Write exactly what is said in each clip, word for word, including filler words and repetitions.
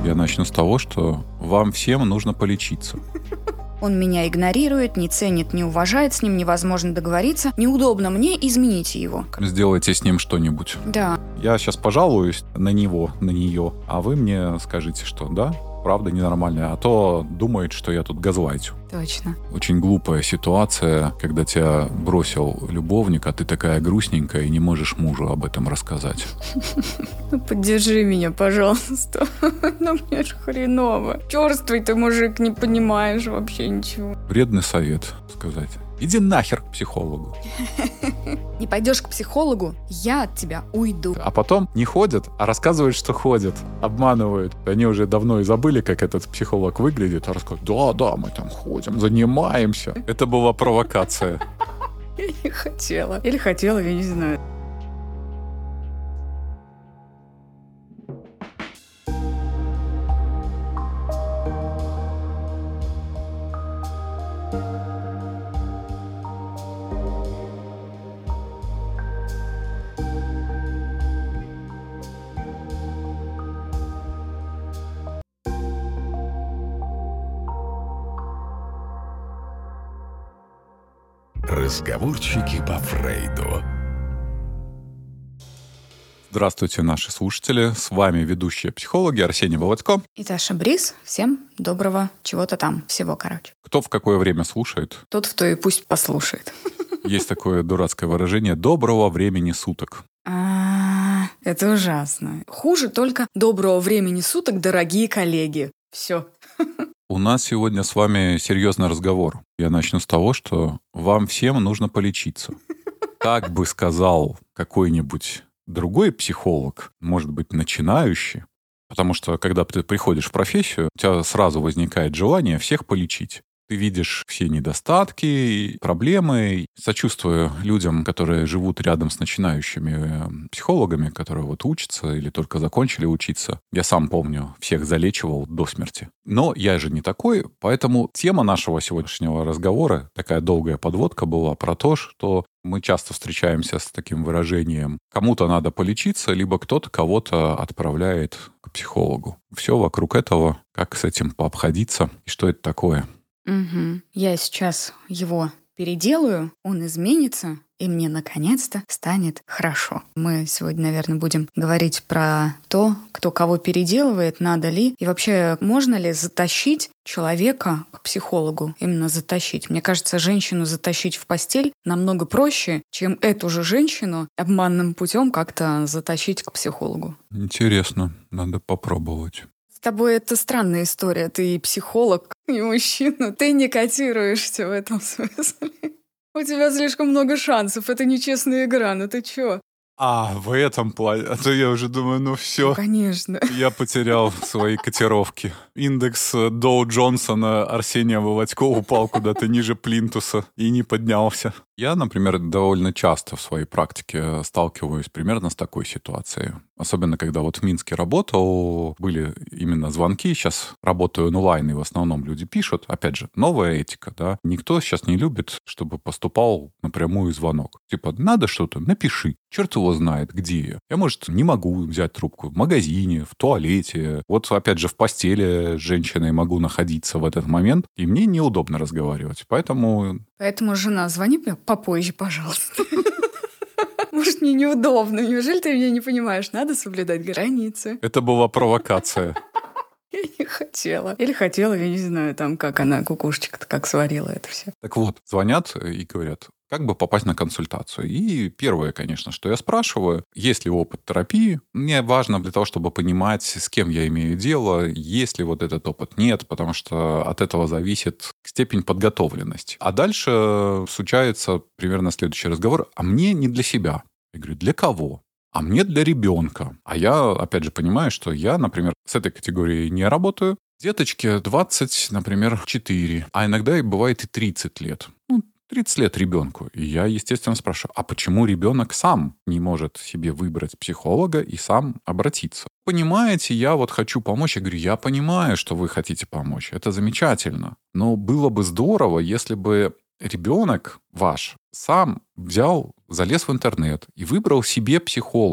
Я начну с того, что вам всем нужно полечиться. Он меня игнорирует, не ценит, не уважает, с ним невозможно договориться. Неудобно мне, измените его. Сделайте с ним что-нибудь. Да. Я сейчас пожалуюсь на него, на нее, а вы мне скажите, что да, правда ненормальная, а то думает, что я тут газлайтю. Точно. Очень глупая ситуация, когда тебя бросил любовник, а ты такая грустненькая и не можешь мужу об этом рассказать. Ну, поддержи меня, пожалуйста. Ну, мне ж хреново. Чёрствый ты мужик, не понимаешь вообще ничего. Вредный совет сказать. Иди нахер к психологу. Не пойдешь к психологу, я от тебя уйду. А потом не ходят, а рассказывают, что ходят. Обманывают. Они уже давно и забыли, как этот психолог выглядит. А рассказывают, да, да, мы там ходим, занимаемся. Это была провокация. Я не хотела. Или хотела, я не знаю. Разговорчики по Фрейду. Здравствуйте, наши слушатели. С вами ведущие психологи Арсений Володько и Таша Брис. Всем доброго чего-то там. Всего, короче. Кто в какое время слушает? Тот, кто и пусть послушает. Есть такое дурацкое выражение «доброго времени суток». А, это ужасно. Хуже только «доброго времени суток, дорогие коллеги». Все. У нас сегодня с вами серьезный разговор. Я начну с того, что вам всем нужно полечиться. Как бы сказал какой-нибудь другой психолог, может быть, начинающий, потому что, когда ты приходишь в профессию, у тебя сразу возникает желание всех полечить. Ты видишь все недостатки, проблемы. Сочувствую людям, которые живут рядом с начинающими психологами, которые вот учатся или только закончили учиться. Я сам помню, всех залечивал до смерти. Но я же не такой, поэтому тема нашего сегодняшнего разговора, такая долгая подводка была про то, что мы часто встречаемся с таким выражением «кому-то надо полечиться», либо кто-то кого-то отправляет к психологу. Все вокруг этого, как с этим пообходиться и что это такое. Угу. Я сейчас его переделаю, он изменится, и мне наконец-то станет хорошо. Мы сегодня, наверное, будем говорить про то, кто кого переделывает, надо ли, и вообще можно ли затащить человека к психологу, именно затащить. Мне кажется, женщину затащить в постель намного проще, чем эту же женщину обманным путем как-то затащить к психологу. Интересно, надо попробовать. С тобой это странная история. Ты и психолог, и мужчина. Ты не котируешься в этом смысле. У тебя слишком много шансов. Это нечестная игра. Ну ты чё? А, в этом плане. А то я уже думаю, ну все. Ну, конечно. Я потерял свои котировки. Индекс Доу Джонсона Арсения Володько упал куда-то ниже плинтуса и не поднялся. Я, например, довольно часто в своей практике сталкиваюсь примерно с такой ситуацией. Особенно, когда вот в Минске работал, были именно звонки. Сейчас работаю онлайн, и в основном люди пишут. Опять же, новая этика, да. Никто сейчас не любит, чтобы поступал напрямую звонок. Типа, надо что-то, напиши. Черт его знает, где я. Я, может, не могу взять трубку в магазине, в туалете. Вот, опять же, в постели с женщиной могу находиться в этот момент, и мне неудобно разговаривать. Поэтому... Поэтому, жена, звони мне попозже, пожалуйста. Может, мне неудобно. Неужели ты меня не понимаешь? Надо соблюдать границы. Это была провокация. Я не хотела. Или хотела, я не знаю, там, как она, кукушечка-то, как сварила это все. Так вот, звонят и говорят, как бы попасть на консультацию. И первое, конечно, что я спрашиваю, есть ли опыт терапии. Мне важно для того, чтобы понимать, с кем я имею дело, есть ли вот этот опыт. Нет, потому что от этого зависит степень подготовленности. А дальше случается примерно следующий разговор. А мне не для себя. Я говорю, для кого? А мне для ребенка. А я, опять же, понимаю, что я, например, с этой категорией не работаю. Деточке двадцать, например, четыре. А иногда и бывает и тридцать лет. Ну, тридцать лет ребенку. И я, естественно, спрашиваю, а почему ребенок сам не может себе выбрать психолога и сам обратиться? Понимаете, я вот хочу помочь. Я говорю, я понимаю, что вы хотите помочь. Это замечательно. Но было бы здорово, если бы ребенок ваш сам взял, залез в интернет и выбрал себе психолога.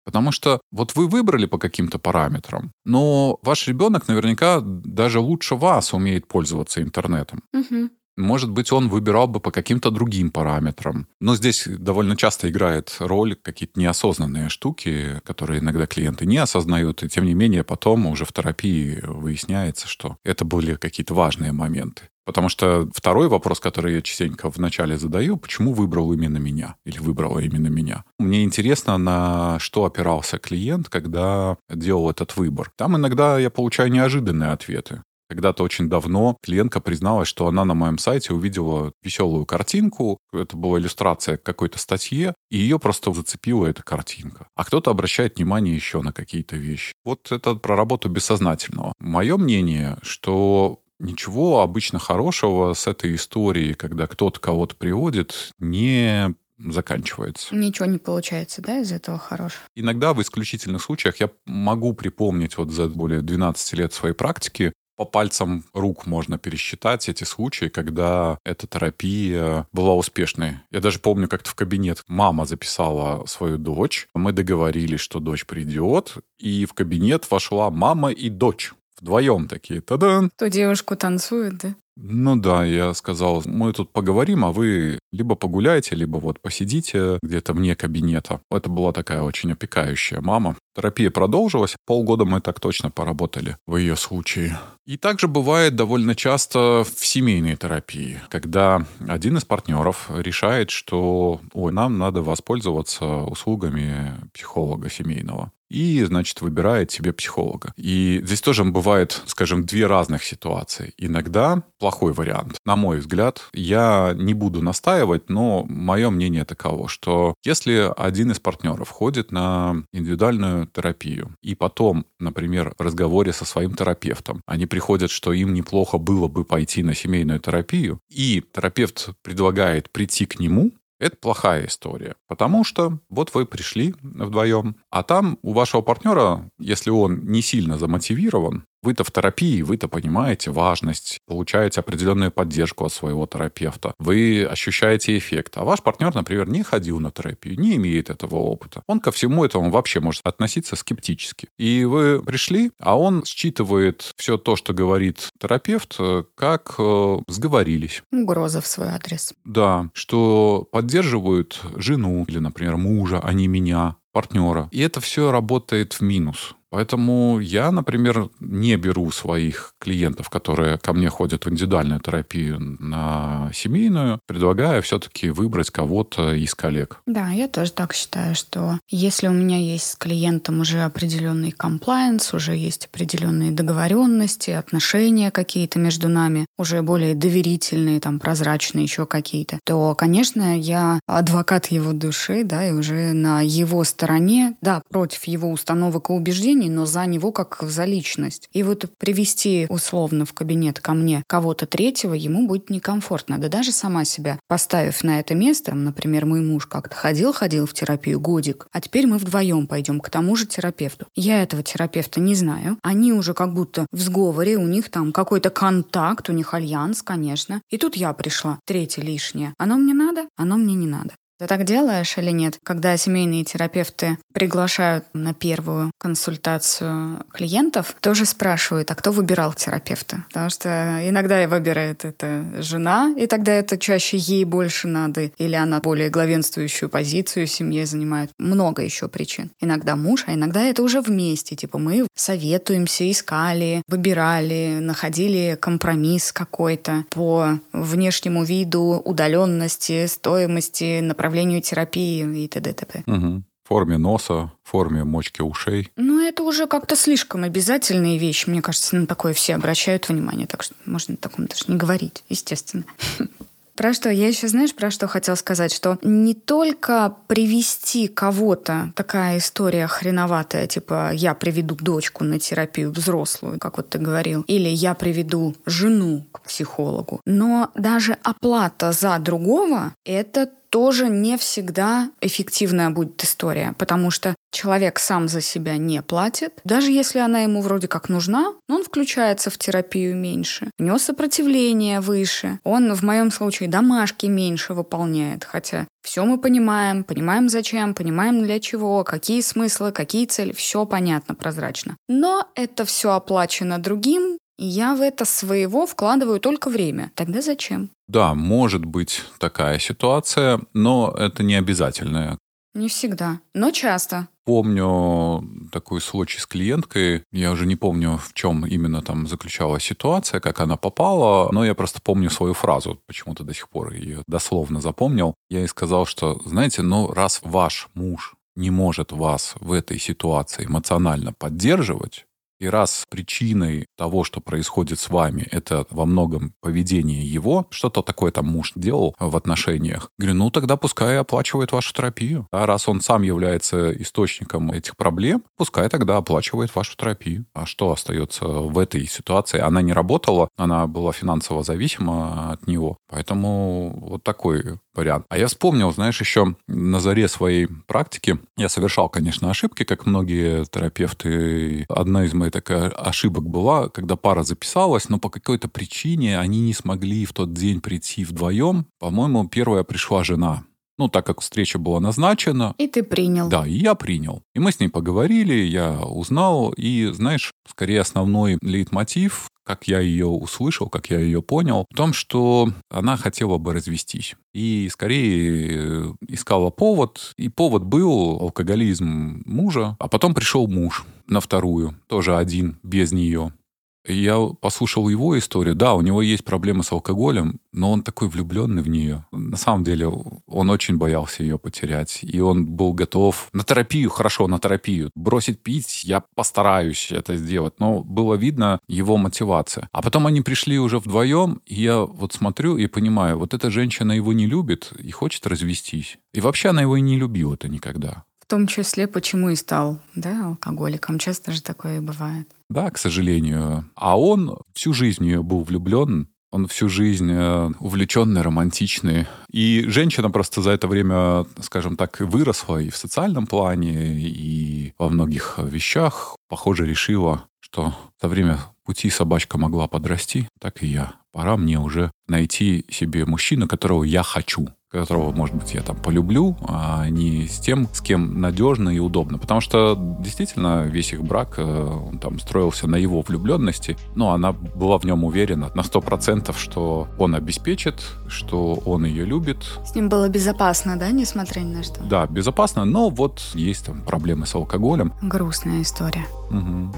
Потому что вот вы выбрали по каким-то параметрам, но ваш ребенок наверняка даже лучше вас умеет пользоваться интернетом. Угу. Может быть, он выбирал бы по каким-то другим параметрам. Но здесь довольно часто играет роль какие-то неосознанные штуки, которые иногда клиенты не осознают, и тем не менее потом уже в терапии выясняется, что это были какие-то важные моменты. Потому что второй вопрос, который я частенько вначале задаю, почему выбрал именно меня или выбрала именно меня? Мне интересно, на что опирался клиент, когда делал этот выбор. Там иногда я получаю неожиданные ответы. Когда-то очень давно клиентка призналась, что она на моем сайте увидела веселую картинку. Это была иллюстрация к какой-то статье, и ее просто зацепила эта картинка. А кто-то обращает внимание еще на какие-то вещи. Вот это про работу бессознательного. Мое мнение, что ничего обычно хорошего с этой историей, когда кто-то кого-то приводит, не заканчивается. Ничего не получается, да, из этого хорошего? Иногда в исключительных случаях я могу припомнить вот за более двенадцать лет своей практики, по пальцам рук можно пересчитать эти случаи, когда эта терапия была успешной. Я даже помню, как-то в кабинет мама записала свою дочь. Мы договорились, что дочь придет, и в кабинет вошла мама и дочь. Вдвоем такие. Та-дан! То девушку танцует, да? Ну да, я сказал, мы тут поговорим, а вы либо погуляйте, либо вот посидите где-то вне кабинета. Это была такая очень опекающая мама. Терапия продолжилась. Полгода мы так точно поработали в ее случае. И также бывает довольно часто в семейной терапии, когда один из партнеров решает, что ой, нам надо воспользоваться услугами психолога семейного. И, значит, выбирает себе психолога. И здесь тоже бывает, скажем, две разных ситуации. Иногда плохой вариант. На мой взгляд, я не буду настаивать, но мое мнение таково, что если один из партнеров ходит на индивидуальную терапию, и потом, например, в разговоре со своим терапевтом, они приходят, что им неплохо было бы пойти на семейную терапию, и терапевт предлагает прийти к нему, это плохая история, потому что вот вы пришли вдвоем, а там у вашего партнера, если он не сильно замотивирован, вы-то в терапии, вы-то понимаете важность, получаете определенную поддержку от своего терапевта, вы ощущаете эффект. А ваш партнер, например, не ходил на терапию, не имеет этого опыта. Он ко всему этому вообще может относиться скептически. И вы пришли, а он считывает все то, что говорит терапевт, как э, сговорились. Угроза в свой адрес. Да, что поддерживают жену или, например, мужа, а не меня, партнера. И это все работает в минус. Поэтому я, например, не беру своих клиентов, которые ко мне ходят в индивидуальную терапию, на семейную, предлагаю все-таки выбрать кого-то из коллег. Да, я тоже так считаю, что если у меня есть с клиентом уже определенный комплаенс, уже есть определенные договоренности, отношения какие-то между нами, уже более доверительные, там, прозрачные еще какие-то, то, конечно, я адвокат его души, да, и уже на его стороне, да, против его установок и убеждений, но за него как за личность. И вот привести условно в кабинет ко мне кого-то третьего ему будет некомфортно. Да даже сама себя поставив на это место, например, мой муж как-то ходил-ходил в терапию годик, а теперь мы вдвоем пойдем к тому же терапевту. Я этого терапевта не знаю. Они уже как будто в сговоре, у них там какой-то контакт, у них альянс, конечно. И тут я пришла, третье лишнее. Оно мне надо? Оно мне не надо. Ты так делаешь или нет? Когда семейные терапевты приглашают на первую консультацию клиентов, тоже спрашивают, а кто выбирал терапевта? Потому что иногда выбирает это жена, и тогда это чаще ей больше надо, или она более главенствующую позицию в семье занимает. Много еще причин. Иногда муж, а иногда это уже вместе. Типа мы советуемся, искали, выбирали, находили компромисс какой-то по внешнему виду, удаленности, стоимости, направлению направлению терапии и т.д. т.п. Угу. В форме носа, в форме мочки ушей. Ну, это уже как-то слишком обязательные вещи. Мне кажется, на такое все обращают внимание. Так что можно о таком даже не говорить, естественно. Про что? Я еще, знаешь, про что хотела сказать? Что не только привести кого-то, такая история хреноватая, типа я приведу дочку на терапию взрослую, как вот ты говорил, или я приведу жену к психологу, но даже оплата за другого — это тоже не всегда эффективная будет история, потому что человек сам за себя не платит. Даже если она ему вроде как нужна, но он включается в терапию меньше. У него сопротивление выше. Он, в моем случае, домашки меньше выполняет. Хотя все мы понимаем, понимаем зачем, понимаем для чего, какие смыслы, какие цели. Все понятно, прозрачно. Но это все оплачено другим, и я в это своего вкладываю только время. Тогда зачем? Да, может быть такая ситуация, но это не обязательно. Не всегда, но часто. Помню такой случай с клиенткой. Я уже не помню, в чем именно там заключалась ситуация, как она попала, но я просто помню свою фразу, почему-то до сих пор ее дословно запомнил. Я ей сказал, что, знаете, ну раз ваш муж не может вас в этой ситуации эмоционально поддерживать, и раз причиной того, что происходит с вами, это во многом поведение его, что-то такое там муж делал в отношениях, говорю, ну тогда пускай оплачивает вашу терапию. А раз он сам является источником этих проблем, пускай тогда оплачивает вашу терапию. А что остается в этой ситуации? Она не работала, она была финансово зависима от него. Поэтому вот такой вариант. А я вспомнил, знаешь, еще на заре своей практики я совершал, конечно, ошибки, как многие терапевты. Одна из моих такая ошибок была, когда пара записалась, но по какой-то причине они не смогли в тот день прийти вдвоем. По-моему, первая пришла жена. Ну, так как встреча была назначена. И ты принял. Да, и я принял. И мы с ней поговорили, я узнал. И, знаешь, скорее основной лейтмотив, как я ее услышал, как я ее понял, в том, что она хотела бы развестись. И скорее искала повод. И повод был алкоголизм мужа. А потом пришел муж на вторую, тоже один, без нее. Я послушал его историю. Да, у него есть проблемы с алкоголем, но он такой влюбленный в нее. На самом деле, он очень боялся ее потерять. И он был готов на терапию, хорошо, на терапию. Бросить пить, я постараюсь это сделать. Но было видно его мотивация. А потом они пришли уже вдвоем, и я вот смотрю и понимаю, вот эта женщина его не любит и хочет развестись. И вообще она его и не любила-то никогда. В том числе, почему и стал, да, алкоголиком. Часто же такое и бывает. Да, к сожалению. А он всю жизнь в нее был влюблен. Он всю жизнь увлеченный, романтичный. И женщина просто за это время, скажем так, выросла и в социальном плане, и во многих вещах. Похоже, решила, что за время пути собачка могла подрасти, так и я. Пора мне уже найти себе мужчину, которого я хочу, которого, может быть, я там полюблю, а не с тем, с кем надежно и удобно. Потому что действительно весь их брак, он там строился на его влюбленности, но она была в нем уверена на сто процентов, что он обеспечит, что он ее любит. С ним было безопасно, да, несмотря ни на что? Да, безопасно, но вот есть там проблемы с алкоголем. Грустная история. Угу.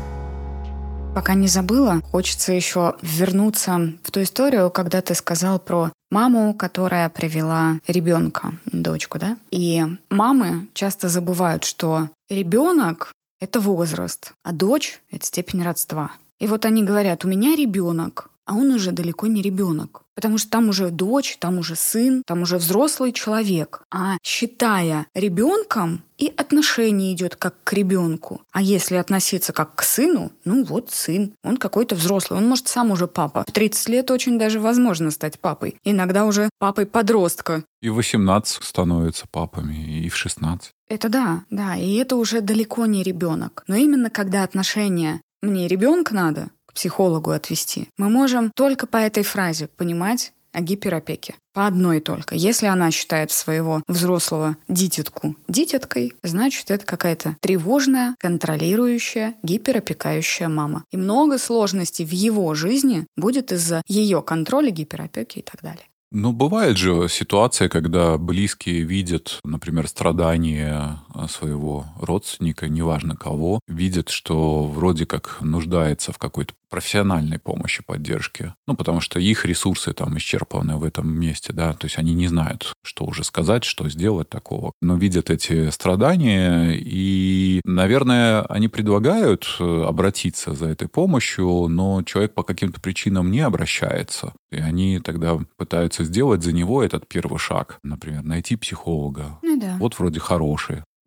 Пока не забыла, хочется еще вернуться в ту историю, когда ты сказал про маму, которая привела ребенка, дочку, да? И мамы часто забывают, что ребенок — это возраст, а дочь — это степень родства. И вот они говорят, у меня ребенок, а он уже далеко не ребенок. Потому что там уже дочь, там уже сын, там уже взрослый человек. А считая ребенком, и отношение идет как к ребенку. А если относиться как к сыну, ну вот сын, он какой-то взрослый, он может сам уже папа. В тридцать лет очень даже возможно стать папой. Иногда уже папой подростка. И в восемнадцать становятся папами, и в шестнадцать. Это да, да, и это уже далеко не ребенок. Но именно когда отношения «мне ребенка надо», психологу отвести, мы можем только по этой фразе понимать о гиперопеке. По одной только. Если она считает своего взрослого дитятку дитяткой, значит, это какая-то тревожная, контролирующая, гиперопекающая мама. И много сложностей в его жизни будет из-за ее контроля, гиперопеки и так далее. Ну, бывает же ситуация, когда близкие видят, например, страдания своего родственника, неважно кого, видят, что вроде как нуждается в какой-то профессиональной помощи, поддержке. Ну, потому что их ресурсы там исчерпаны в этом месте, да, то есть они не знают, что уже сказать, что сделать такого. Но видят эти страдания, и, наверное, они предлагают обратиться за этой помощью, но человек по каким-то причинам не обращается. И они тогда пытаются сделать за него этот первый шаг. Например, найти психолога. Ну да. Вот вроде хороший.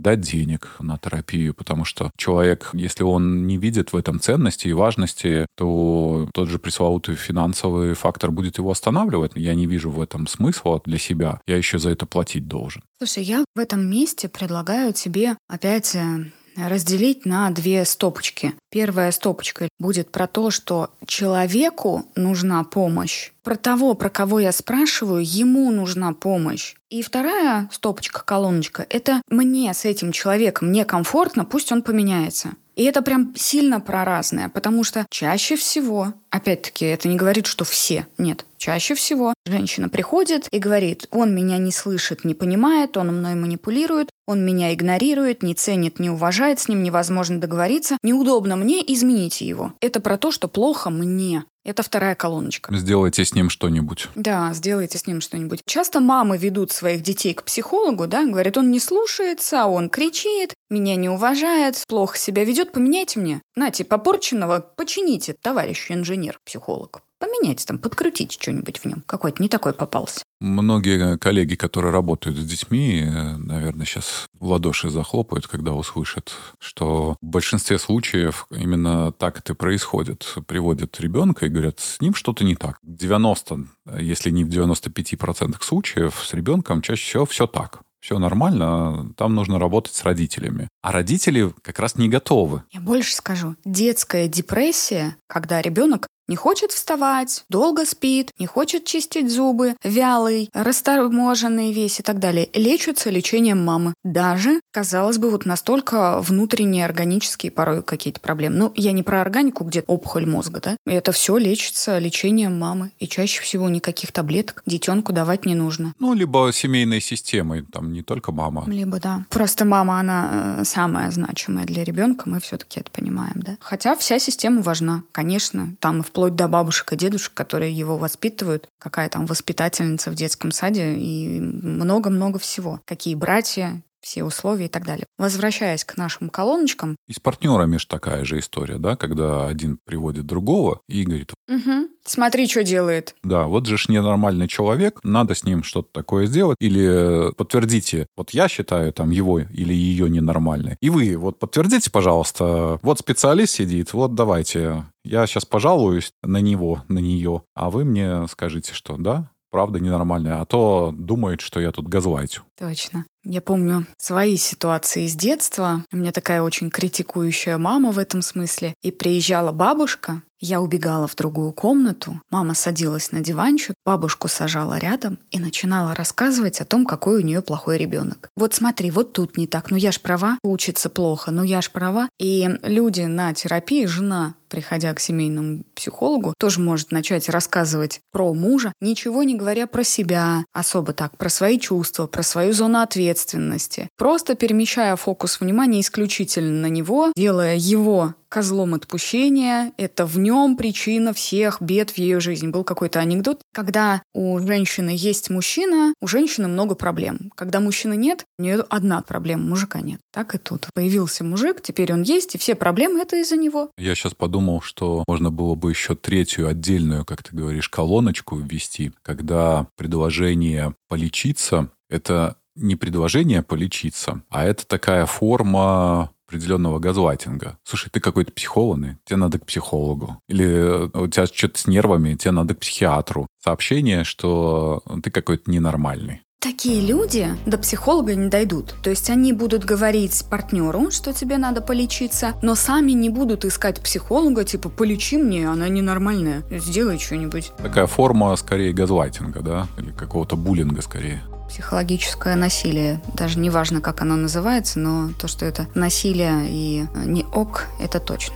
дать денег на терапию, потому что человек, если он не видит в этом ценности и важности, то тот же пресловутый финансовый фактор будет его останавливать. Я не вижу в этом смысла для себя. Я еще за это платить должен. Слушай, я в этом месте предлагаю тебе опять разделить на две стопочки. Первая стопочка будет про то, что человеку нужна помощь. Про того, про кого я спрашиваю, ему нужна помощь. И вторая стопочка, колоночка, это мне с этим человеком некомфортно, пусть он поменяется. И это прям сильно про разное, потому что чаще всего, опять-таки, это не говорит, что все, нет, чаще всего женщина приходит и говорит: он меня не слышит, не понимает, он мной манипулирует, он меня игнорирует, не ценит, не уважает, с ним невозможно договориться, неудобно мне, измените его. Это про то, что плохо мне. Это вторая колоночка. Сделайте с ним что-нибудь. Да, сделайте с ним что-нибудь. Часто мамы ведут своих детей к психологу, да, говорят: он не слушается, он кричит, меня не уважает, плохо себя ведет, поменяйте мне. Нате, попорченного почините, товарищ инженер, психолог. Поменяйте там, подкрутите что-нибудь в нем. Какой-то не такой попался. Многие коллеги, которые работают с детьми, наверное, сейчас в ладоши захлопают, когда услышат, что в большинстве случаев именно так это и происходит. Приводят ребенка и говорят: с ним что-то не так. девяносто, если не в девяноста пяти процентах случаев, с ребенком чаще всего все так. Все нормально, там нужно работать с родителями. А родители как раз не готовы. Я больше скажу. Детская депрессия, когда ребенок не хочет вставать, долго спит, не хочет чистить зубы, вялый, расторможенный весь и так далее, лечится лечением мамы. Даже, казалось бы, вот настолько внутренние органические порой какие-то проблемы. Ну, я не про органику, где опухоль мозга, да? Это все лечится лечением мамы. И чаще всего никаких таблеток детенку давать не нужно. Ну, либо семейной системой, там не только мама. Либо, да. Просто мама, она самая значимая для ребенка, мы все-таки это понимаем, да? Хотя вся система важна, конечно. Там и вплоть до бабушек и дедушек, которые его воспитывают, какая там воспитательница в детском саде и много-много всего. Какие братья, все условия и так далее. Возвращаясь к нашим колоночкам. И с партнерами же такая же история, да, когда один приводит другого и говорит: угу. Смотри, что делает. Да, вот же ж ненормальный человек, надо с ним что-то такое сделать. Или подтвердите, вот я считаю там его или ее ненормальной. И вы вот подтвердите, пожалуйста, вот специалист сидит, вот давайте, я сейчас пожалуюсь на него, на нее, а вы мне скажите, что да, правда ненормальная, а то думает, что я тут газлайтю. Точно. Я помню свои ситуации из детства. У меня такая очень критикующая мама в этом смысле. И приезжала бабушка, я убегала в другую комнату, мама садилась на диванчик, бабушку сажала рядом и начинала рассказывать о том, какой у нее плохой ребенок. Вот смотри, вот тут не так, ну я ж права, учится плохо, ну я ж права. И люди на терапии, жена, приходя к семейному психологу, тоже может начать рассказывать про мужа, ничего не говоря про себя, особо так, про свои чувства, про свою зону ответственности. Просто перемещая фокус внимания исключительно на него, делая его козлом отпущения. Это в нем причина всех бед в ее жизни. Был какой-то анекдот. Когда у женщины есть мужчина, у женщины много проблем. Когда мужчины нет, у нее одна проблема, мужика нет. Так и тут. Появился мужик, теперь он есть, и все проблемы — это из-за него. Я сейчас подумал, что можно было бы еще третью отдельную, как ты говоришь, колоночку ввести, когда предложение полечиться — это не предложение полечиться, а это такая форма определенного газлайтинга. Слушай, ты какой-то психованный, тебе надо к психологу. Или у тебя что-то с нервами, тебе надо к психиатру. Сообщение, что ты какой-то ненормальный. Такие люди до психолога не дойдут. То есть они будут говорить партнеру, что тебе надо полечиться, но сами не будут искать психолога, типа «полечи мне, она ненормальная, сделай что-нибудь». Такая форма скорее газлайтинга, да? Или какого-то буллинга скорее. Психологическое насилие. Даже не важно, как оно называется, но то, что это насилие и не ок, это точно.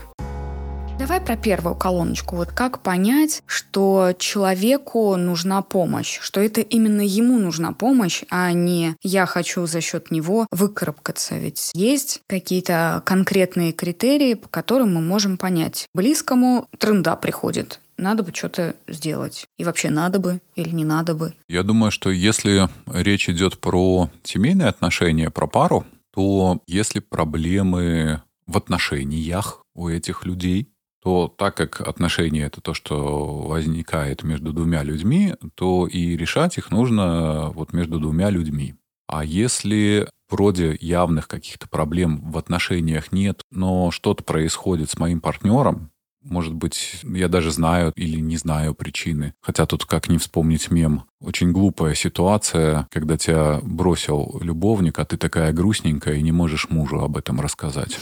Давай про первую колоночку. Вот как понять, что человеку нужна помощь, что это именно ему нужна помощь, а не я хочу за счет него выкарабкаться. Ведь есть какие-то конкретные критерии, по которым мы можем понять. Близкому трында приходит. Надо бы что-то сделать. И вообще надо бы или не надо бы. Я думаю, что если речь идет про семейные отношения, про пару, то если проблемы в отношениях у этих людей, то так как отношения — это то, что возникает между двумя людьми, то и решать их нужно вот между двумя людьми. А если вроде явных каких-то проблем в отношениях нет, но что-то происходит с моим партнером. Может быть, я даже знаю или не знаю причины. Хотя тут как не вспомнить мем. Очень глупая ситуация, когда тебя бросил любовник, а ты такая грустненькая и не можешь мужу об этом рассказать.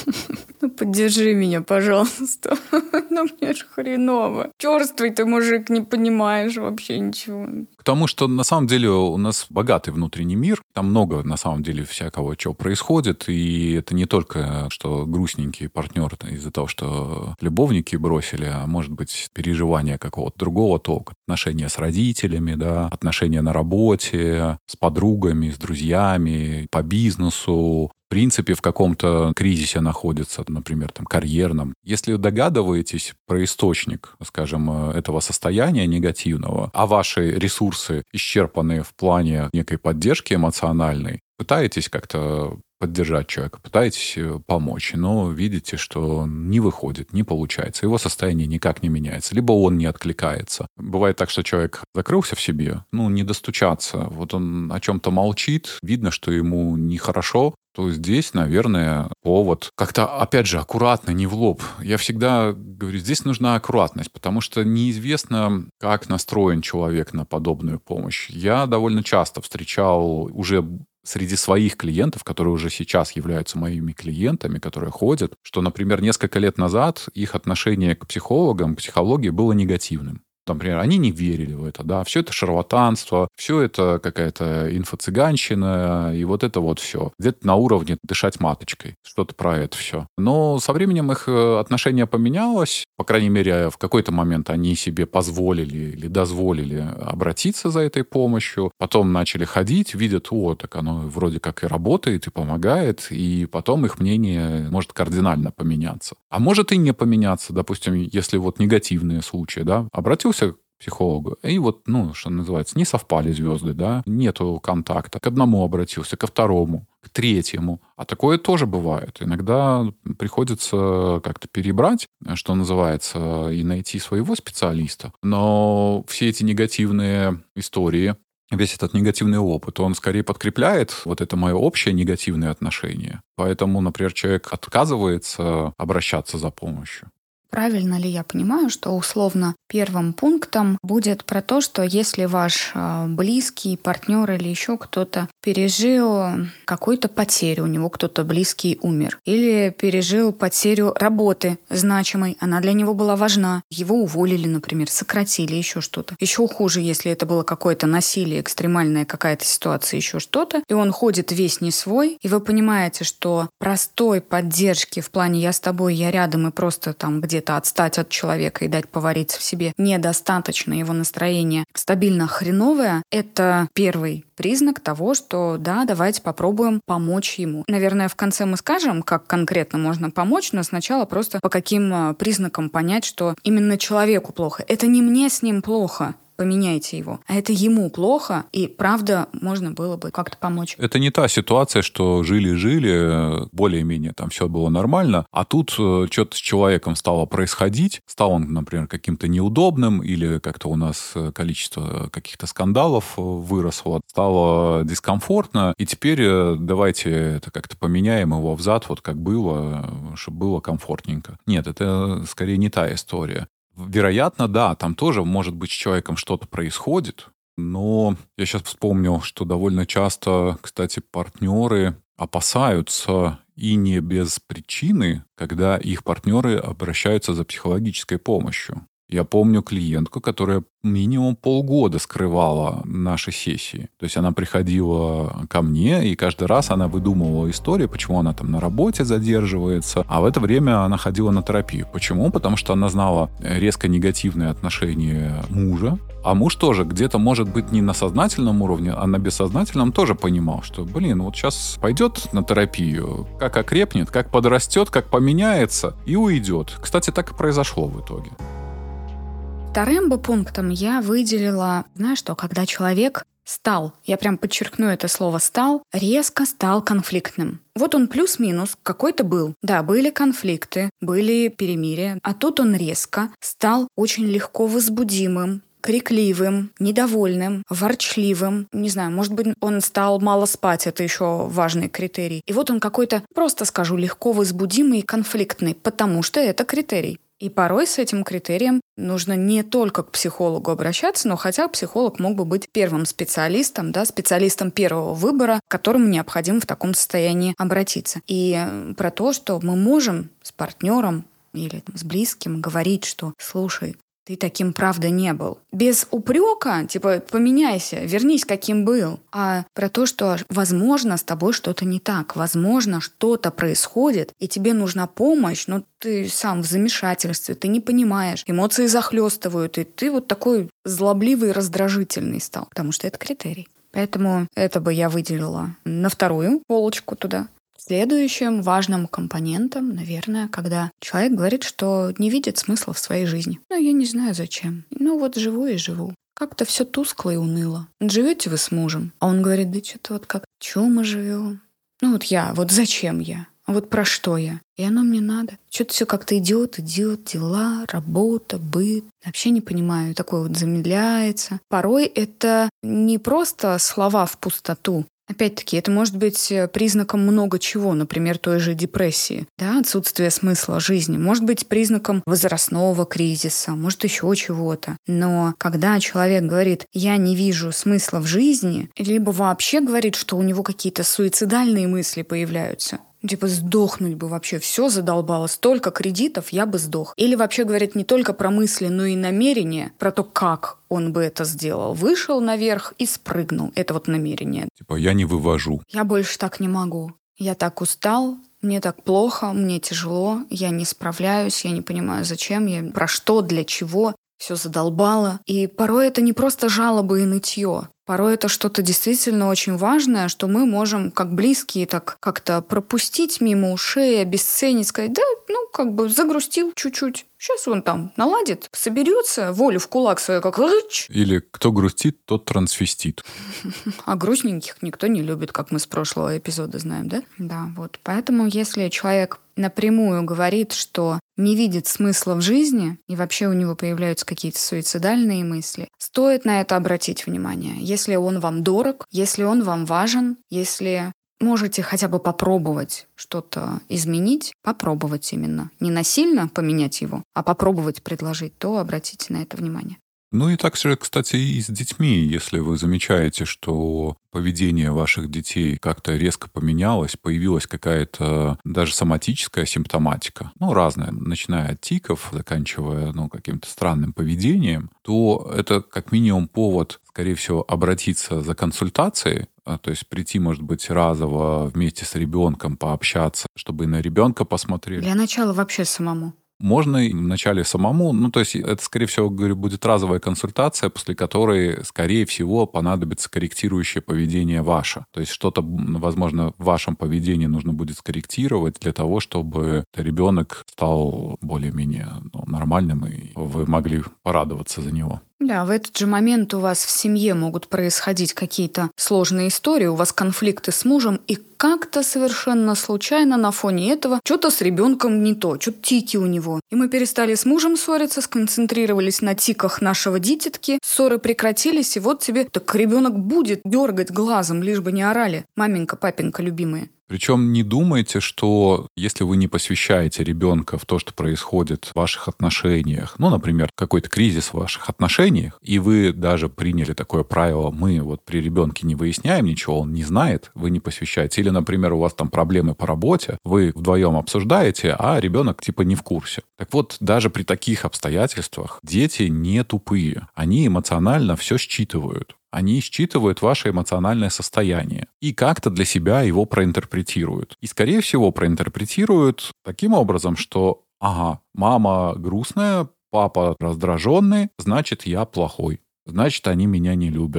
Ну, поддержи меня, пожалуйста. Ну, мне же хреново. Чёрствый ты мужик, не понимаешь вообще ничего. Потому что, на самом деле, у нас богатый внутренний мир. Там много, на самом деле, всякого, чего происходит. И это не только, что грустненький партнер из-за того, что любовники бросили, а может быть, переживания какого-то другого толка. Отношения с родителями, да, отношения на работе, с подругами, с друзьями, по бизнесу. В принципе, в каком-то кризисе находится, например, там, карьерном. Если догадываетесь про источник, скажем, этого состояния негативного, а ваши ресурсы исчерпаны в плане некой поддержки эмоциональной, пытаетесь как-то поддержать человека, пытаетесь помочь, но видите, что не выходит, не получается, его состояние никак не меняется, либо он не откликается. Бывает так, что человек закрылся в себе, ну, не достучаться, вот он о чем-то молчит, видно, что ему нехорошо, то здесь, наверное, повод как-то, опять же, аккуратно, не в лоб. Я всегда говорю, здесь нужна аккуратность, потому что неизвестно, как настроен человек на подобную помощь. Я довольно часто встречал уже среди своих клиентов, которые уже сейчас являются моими клиентами, которые ходят, что, например, несколько лет назад их отношение к психологам, к психологии было негативным. Например, они не верили в это, да, все это шарлатанство, все это какая-то инфо-цыганщина, и вот это вот все. Где-то на уровне дышать маточкой, что-то про это все. Но со временем их отношение поменялось, по крайней мере, в какой-то момент они себе позволили или дозволили обратиться за этой помощью, потом начали ходить, видят, о, так оно вроде как и работает, и помогает, и потом их мнение может кардинально поменяться. А может и не поменяться, допустим, если вот негативные случаи, да, обратился к психологу, и вот, ну, что называется, не совпали звезды, да, нету контакта. К одному обратился, ко второму, к третьему. А такое тоже бывает. Иногда приходится как-то перебрать, что называется, и найти своего специалиста. Но все эти негативные истории, весь этот негативный опыт, он скорее подкрепляет вот это мое общее негативное отношение. Поэтому, например, человек отказывается обращаться за помощью. Правильно ли я понимаю, что условно первым пунктом будет про то, что если ваш близкий партнер или еще кто-то пережил какую-то потерю, у него кто-то близкий умер, или пережил потерю работы значимой, она для него была важна, его уволили, например, сократили, еще что-то. Еще хуже, если это было какое-то насилие, экстремальная какая-то ситуация, еще что-то, и он ходит весь не свой, и вы понимаете, что простой поддержки в плане «я с тобой, я рядом» и просто там где-то отстать от человека и дать повариться в себе недостаточно, его настроение стабильно хреновое, это первый признак того, что да, давайте попробуем помочь ему. Наверное, в конце мы скажем, как конкретно можно помочь, но сначала просто по каким признакам понять, что именно человеку плохо. Это не мне с ним плохо. Поменяйте его. А это ему плохо, и правда можно было бы как-то помочь. Это не та ситуация, что жили-жили, более-менее там все было нормально, а тут что-то с человеком стало происходить, стал он, например, каким-то неудобным, или как-то у нас количество каких-то скандалов выросло, стало дискомфортно, и теперь давайте это как-то поменяем его взад, вот как было, чтобы было комфортненько. Нет, это скорее не та история. Вероятно, да, там тоже, может быть, с человеком что-то происходит, но я сейчас вспомнил, что довольно часто, кстати, партнеры опасаются и не без причины, когда их партнеры обращаются за психологической помощью. Я помню клиентку, которая минимум полгода скрывала наши сессии. То есть она приходила ко мне, и каждый раз она выдумывала историю, почему она там на работе задерживается, а в это время она ходила на терапию. Почему? Потому что она знала резко негативные отношения мужа, а муж тоже где-то, может быть, не на сознательном уровне, а на бессознательном тоже понимал, что, блин, вот сейчас пойдет на терапию, как окрепнет, как подрастет, как поменяется и уйдет. Кстати, так и произошло в итоге. Вторым бы пунктом я выделила, знаешь что, когда человек стал, я прям подчеркну это слово «стал», резко стал конфликтным. Вот он плюс-минус какой-то был. Да, были конфликты, были перемирия, а тут он резко стал очень легко возбудимым, крикливым, недовольным, ворчливым. Не знаю, может быть, он стал мало спать, это еще важный критерий. И вот он какой-то, просто скажу, легко возбудимый и конфликтный, потому что это критерий. И порой с этим критерием нужно не только к психологу обращаться, но хотя психолог мог бы быть первым специалистом, да, специалистом первого выбора, к которому необходимо в таком состоянии обратиться. И про то, что мы можем с партнером или там, с близким говорить, что «слушай, ты таким, правда, не был». Без упрека, типа, поменяйся, вернись, каким был. А про то, что, возможно, с тобой что-то не так. Возможно, что-то происходит, и тебе нужна помощь, но ты сам в замешательстве, ты не понимаешь. Эмоции захлестывают, и ты вот такой злобливый и раздражительный стал. Потому что это критерий. Поэтому это бы я выделила на вторую полочку туда. Следующим важным компонентом, наверное, когда человек говорит, что не видит смысла в своей жизни. Ну, я не знаю зачем. Ну, вот живу и живу. Как-то все тускло и уныло. Живете вы с мужем, а он говорит, да что-то вот как, чего мы живем? Ну, вот я, вот зачем я? А вот про что я? И оно мне надо. Что-то все как-то идет, идет, дела, работа, быт. Вообще не понимаю, такое вот замедляется. Порой это не просто слова в пустоту. Опять-таки, это может быть признаком много чего, например, той же депрессии, да, отсутствие смысла жизни, может быть признаком возрастного кризиса, может еще чего-то. Но когда человек говорит «я не вижу смысла в жизни», либо вообще говорит, что у него какие-то суицидальные мысли появляются, типа сдохнуть бы вообще, все задолбало, столько кредитов, я бы сдох. Или вообще говорит не только про мысли, но и намерения, про то, как он бы это сделал. Вышел наверх и спрыгнул. Это вот намерение. Типа я не вывожу. Я больше так не могу. Я так устал, мне так плохо, мне тяжело, я не справляюсь, я не понимаю, зачем, я про что, для чего. Все задолбало. И порой это не просто жалобы и нытье. Порой это что-то действительно очень важное, что мы можем, как близкие, так как-то пропустить мимо ушей, обесценить, сказать, да, ну, как бы загрустил чуть-чуть. Сейчас он там наладит, соберется, волю в кулак свою, как рыч. Или кто грустит, тот трансвестит. А грустненьких никто не любит, как мы с прошлого эпизода знаем, да? Да, вот. Поэтому если человек напрямую говорит, что не видит смысла в жизни, и вообще у него появляются какие-то суицидальные мысли, стоит на это обратить внимание. Если он вам дорог, если он вам важен, если можете хотя бы попробовать что-то изменить, попробовать именно. Не насильно поменять его, а попробовать предложить, то обратите на это внимание. Ну и так же, кстати, и с детьми. Если вы замечаете, что поведение ваших детей как-то резко поменялось, появилась какая-то даже соматическая симптоматика, ну, разная, начиная от тиков, заканчивая, ну, каким-то странным поведением, то это как минимум повод, скорее всего, обратиться за консультацией, то есть прийти, может быть, разово вместе с ребенком пообщаться, чтобы и на ребенка посмотрели. Для начала вообще самому. Можно и вначале самому, ну, то есть это, скорее всего, говорю, будет разовая консультация, после которой, скорее всего, понадобится корректирующее поведение ваше. То есть что-то, возможно, в вашем поведении нужно будет скорректировать для того, чтобы ребенок стал более-менее ну, нормальным, и вы могли порадоваться за него. Да, в этот же момент у вас в семье могут происходить какие-то сложные истории, у вас конфликты с мужем, и как-то совершенно случайно на фоне этого что-то с ребенком не то, что-то тики у него. И мы перестали с мужем ссориться, сконцентрировались на тиках нашего дитятки, ссоры прекратились, и вот тебе так ребенок будет дергать глазом, лишь бы не орали. Маменька, папенька любимые. Причем не думайте, что если вы не посвящаете ребенка в то, что происходит в ваших отношениях, ну, например, какой-то кризис в ваших отношениях, и вы даже приняли такое правило, мы вот при ребенке не выясняем ничего, он не знает, вы не посвящаете. Или, например, у вас там проблемы по работе, вы вдвоем обсуждаете, а ребенок типа не в курсе. Так вот, даже при таких обстоятельствах дети не тупые. Они эмоционально все считывают. Они считывают ваше эмоциональное состояние и как-то для себя его проинтерпретируют. И, скорее всего, проинтерпретируют таким образом, что ага, мама грустная, папа раздраженный, значит, я плохой. Значит, они меня не любят.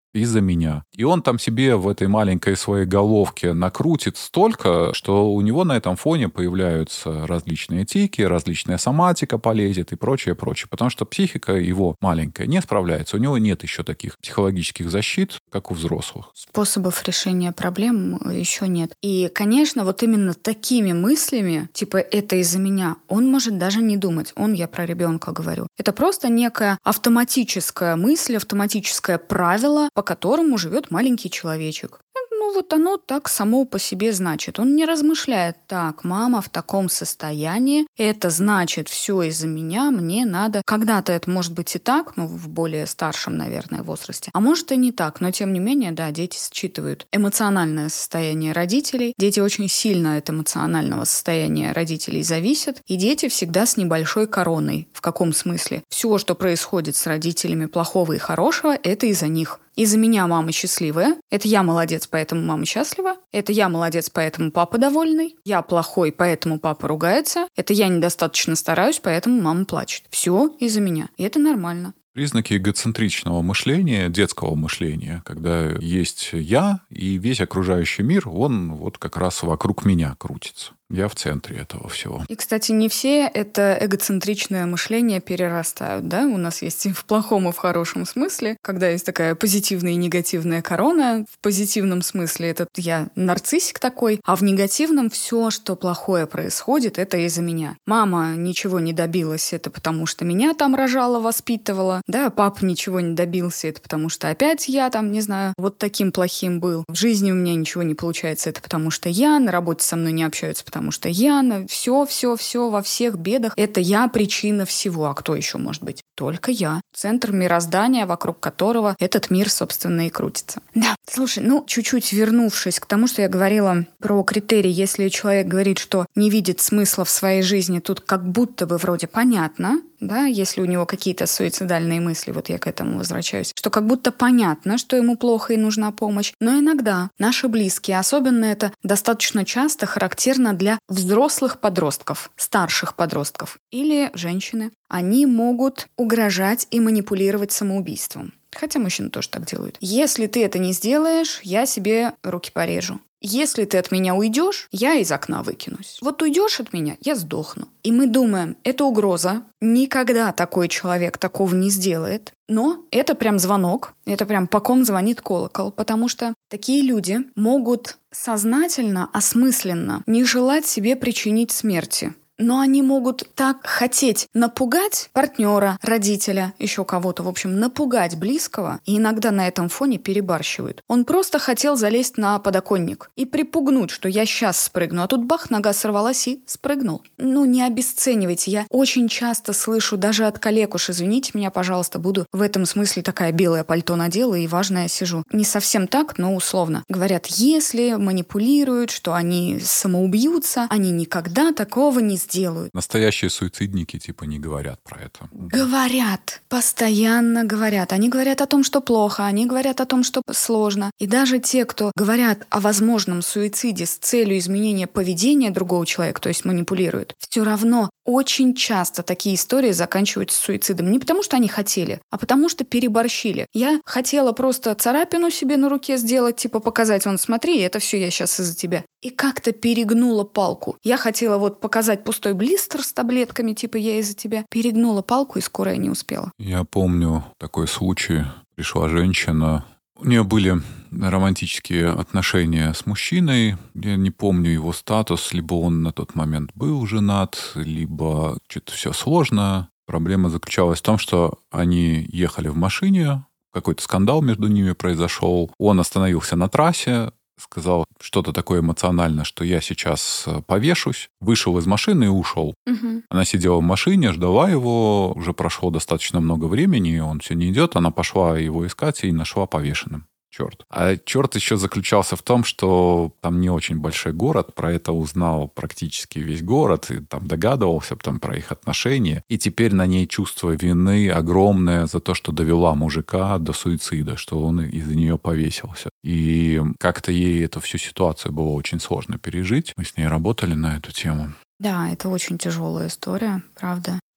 из-за меня. И он там себе в этой маленькой своей головке накрутит столько, что у него на этом фоне появляются различные тики, различная соматика полезет и прочее, прочее. Потому что психика его маленькая не справляется. У него нет еще таких психологических защит, как у взрослых. Способов решения проблем еще нет. И, конечно, вот именно такими мыслями, типа «это из-за меня», он может даже не думать. Он, я про ребенка говорю. Это просто некая автоматическая мысль, автоматическое правило, по которому живет маленький человечек. Ну, вот оно так само по себе значит. Он не размышляет: так, мама в таком состоянии, это значит все из-за меня, мне надо... Когда-то это может быть и так, ну, в более старшем, наверное, возрасте. А может и не так, но тем не менее, да, дети считывают эмоциональное состояние родителей. Дети очень сильно от эмоционального состояния родителей зависят, и дети всегда с небольшой короной. В каком смысле? Все, что происходит с родителями плохого и хорошего, это из-за них. Из-за меня мама счастливая. Это я молодец, поэтому мама счастлива. Это я молодец, поэтому папа довольный. Я плохой, поэтому папа ругается. Это я недостаточно стараюсь, поэтому мама плачет. Все из-за меня. И это нормально. Признаки эгоцентричного мышления, детского мышления, когда есть я, и весь окружающий мир, он вот как раз вокруг меня крутится. Я в центре этого всего. И, кстати, не все это эгоцентричное мышление перерастают, да? У нас есть и в плохом, и в хорошем смысле, когда есть такая позитивная и негативная корона. В позитивном смысле это я нарциссик такой, а в негативном все, что плохое происходит, это из-за меня. Мама ничего не добилась, это потому что меня там рожала, воспитывала, да? Папа ничего не добился, это потому что опять я там, не знаю, вот таким плохим был. В жизни у меня ничего не получается, это потому что я, на работе со мной не общаются, потому Потому что я на все, все, все во всех бедах. Это я причина всего. А кто еще может быть? Только я. Центр мироздания, вокруг которого этот мир, собственно, и крутится. Да, слушай, ну, чуть-чуть вернувшись к тому, что я говорила про критерии. Если человек говорит, что не видит смысла в своей жизни, тут как будто бы вроде понятно, да, если у него какие-то суицидальные мысли, вот я к этому возвращаюсь, что как будто понятно, что ему плохо и нужна помощь, но иногда наши близкие, особенно это достаточно часто характерно для взрослых подростков, старших подростков или женщины, они могут угрожать и манипулировать самоубийством. Хотя мужчины тоже так делают. Если ты это не сделаешь, я себе руки порежу. Если ты от меня уйдешь, я из окна выкинусь. Вот уйдешь от меня, я сдохну. И мы думаем, это угроза. Никогда такой человек такого не сделает. Но это прям звонок, это прям по ком звонит колокол. Потому что такие люди могут сознательно, осмысленно не желать себе причинить смерти. Но они могут так хотеть напугать партнера, родителя, еще кого-то, в общем, напугать близкого, и иногда на этом фоне перебарщивают. Он просто хотел залезть на подоконник и припугнуть, что я сейчас спрыгну, а тут бах, нога сорвалась и спрыгнул. Ну, не обесценивайте. Я очень часто слышу, даже от коллег, уж извините меня, пожалуйста, буду в этом смысле такая белое пальто надела и важная сижу. Не совсем так, но условно. Говорят, если манипулируют, что они самоубьются, они никогда такого не сделают. Делают. Настоящие суицидники типа не говорят про это. Говорят, постоянно говорят. Они говорят о том, что плохо, они говорят о том, что сложно. И даже те, кто говорят о возможном суициде с целью изменения поведения другого человека, то есть манипулируют, все равно очень часто такие истории заканчиваются суицидом. Не потому, что они хотели, а потому, что переборщили. Я хотела просто царапину себе на руке сделать, типа показать, вон, смотри, это все я сейчас из-за тебя. И как-то перегнула палку. Я хотела вот показать пустой блистер с таблетками, типа я из-за тебя. Перегнула палку, и скорая не успела. Я помню такой случай. Пришла женщина. У нее были романтические отношения с мужчиной. Я не помню его статус. Либо он на тот момент был женат, либо что-то все сложно. Проблема заключалась в том, что они ехали в машине. Какой-то скандал между ними произошел. Он остановился на трассе. Сказал что-то такое эмоциональное, что я сейчас повешусь, вышел из машины и ушел. Угу. Она сидела в машине, ждала его, уже прошло достаточно много времени, он все не идет, она пошла его искать и нашла повешенным. Черт. А черт еще заключался в том, что там не очень большой город, про это узнал практически весь город, и там догадывался там, про их отношения. И теперь на ней чувство вины огромное за то, что довела мужика до суицида, что он из-за нее повесился. И как-то ей эту всю ситуацию было очень сложно пережить. Мы с ней работали на эту тему. Да, это очень тяжелая история, правда.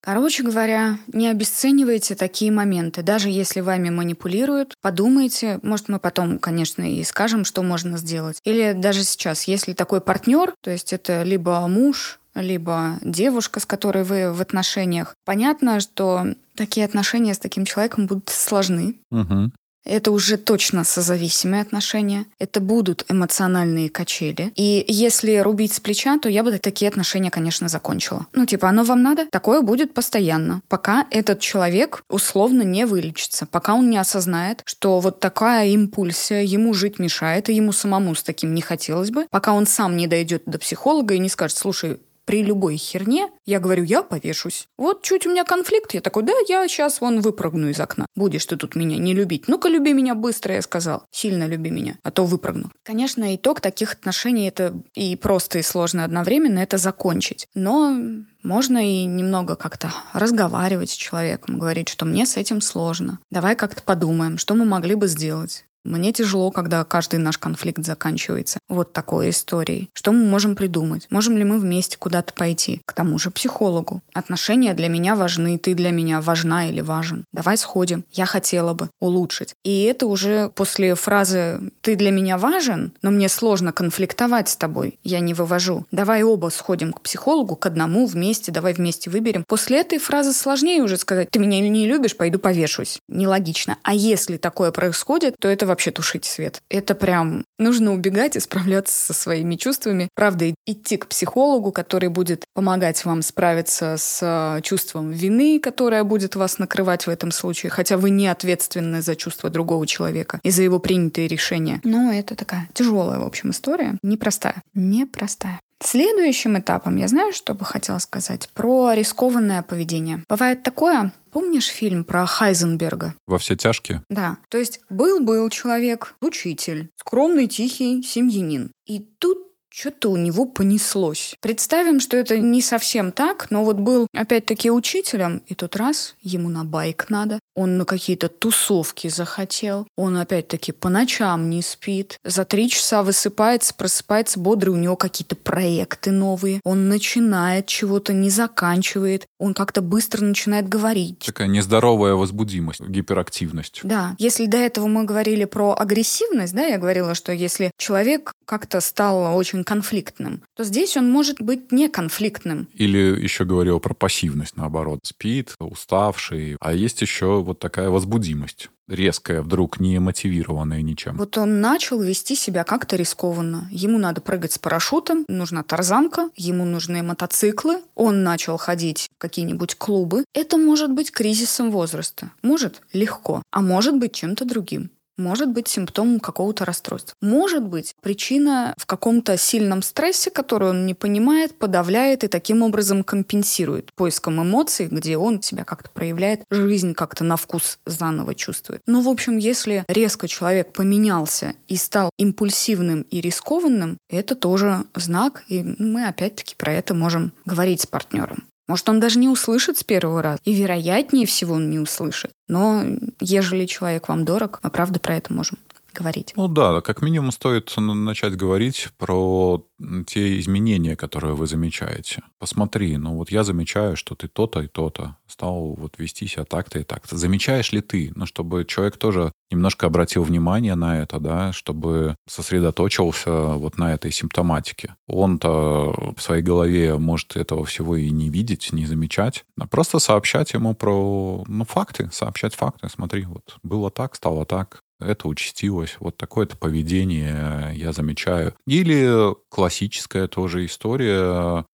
Короче говоря, не обесценивайте такие моменты. Даже если вами манипулируют, подумайте. Может, мы потом, конечно, и скажем, что можно сделать. Или даже сейчас, если такой партнер, то есть это либо муж, либо девушка, с которой вы в отношениях, понятно, что такие отношения с таким человеком будут сложны. Угу. Это уже точно созависимые отношения. Это будут эмоциональные качели. И если рубить с плеча, то я бы такие отношения, конечно, закончила. Ну, типа, оно вам надо? Такое будет постоянно. Пока этот человек условно не вылечится. Пока он не осознает, что вот такая импульсия ему жить мешает, и ему самому с таким не хотелось бы. Пока он сам не дойдет до психолога и не скажет: слушай, при любой херне я говорю, я повешусь. Вот чуть у меня конфликт, я такой, да, я сейчас вон выпрыгну из окна. Будешь ты тут меня не любить. Ну-ка, люби меня быстро, я сказал. Сильно люби меня, а то выпрыгну. Конечно, итог таких отношений — это и просто, и сложно одновременно, это закончить. Но можно и немного как-то разговаривать с человеком, говорить, что мне с этим сложно. Давай как-то подумаем, что мы могли бы сделать. Мне тяжело, когда каждый наш конфликт заканчивается вот такой историей. Что мы можем придумать? Можем ли мы вместе куда-то пойти? К тому же психологу. Отношения для меня важны, ты для меня важна или важен. Давай сходим. Я хотела бы улучшить. И это уже после фразы «ты для меня важен, но мне сложно конфликтовать с тобой, я не вывожу. Давай оба сходим к психологу, к одному вместе, давай вместе выберем». После этой фразы сложнее уже сказать «ты меня не любишь, пойду повешусь». Нелогично. А если такое происходит, то это вообще тушить свет. Это прям нужно убегать и справляться со своими чувствами. Правда, идти к психологу, который будет помогать вам справиться с чувством вины, которое будет вас накрывать в этом случае, хотя вы не ответственны за чувства другого человека и за его принятые решения. Но это такая тяжелая, в общем, история. Непростая. Непростая. Следующим этапом я знаю, что бы хотела сказать про рискованное поведение. Бывает такое, помнишь фильм про Хайзенберга? «Во все тяжкие»? Да. То есть был-был человек, учитель, скромный, тихий семьянин. И тут что-то у него понеслось. Представим, что это не совсем так, но вот был опять-таки учителем, и тут раз, ему на байк надо, он на какие-то тусовки захотел, он опять-таки по ночам не спит, за три часа высыпается, просыпается бодрый, у него какие-то проекты новые, он начинает чего-то, не заканчивает, он как-то быстро начинает говорить. Такая нездоровая возбудимость, гиперактивность. Да. Если до этого мы говорили про агрессивность, да, я говорила, что если человек как-то стал очень конфликтным, то здесь он может быть не конфликтным. Или еще говорил про пассивность, наоборот. Спит, уставший. А есть еще вот такая возбудимость. Резкая, вдруг не мотивированная ничем. Вот он начал вести себя как-то рискованно. Ему надо прыгать с парашютом, нужна тарзанка, ему нужны мотоциклы. Он начал ходить в какие-нибудь клубы. Это может быть кризисом возраста. Может легко, а может быть чем-то другим. Может быть симптомом какого-то расстройства. Может быть причина в каком-то сильном стрессе, который он не понимает, подавляет и таким образом компенсирует поиском эмоций, где он себя как-то проявляет, жизнь как-то на вкус заново чувствует. Ну, в общем, если резко человек поменялся и стал импульсивным и рискованным, это тоже знак, и мы опять-таки про это можем говорить с партнером. Может, он даже не услышит с первого раза. И вероятнее всего он не услышит. Но ежели человек вам дорог, мы правда про это можем говорить. Ну да, как минимум стоит начать говорить про те изменения, которые вы замечаете. Посмотри, ну вот я замечаю, что ты то-то и то-то стал вот вести себя так-то и так-то. Замечаешь ли ты? Ну, чтобы человек тоже немножко обратил внимание на это, да, чтобы сосредоточился вот на этой симптоматике. Он-то в своей голове может этого всего и не видеть, не замечать, а просто сообщать ему про, ну, факты, сообщать факты. Смотри, вот было так, стало так. Это участилось, вот такое-то поведение я замечаю. Или классическая тоже история,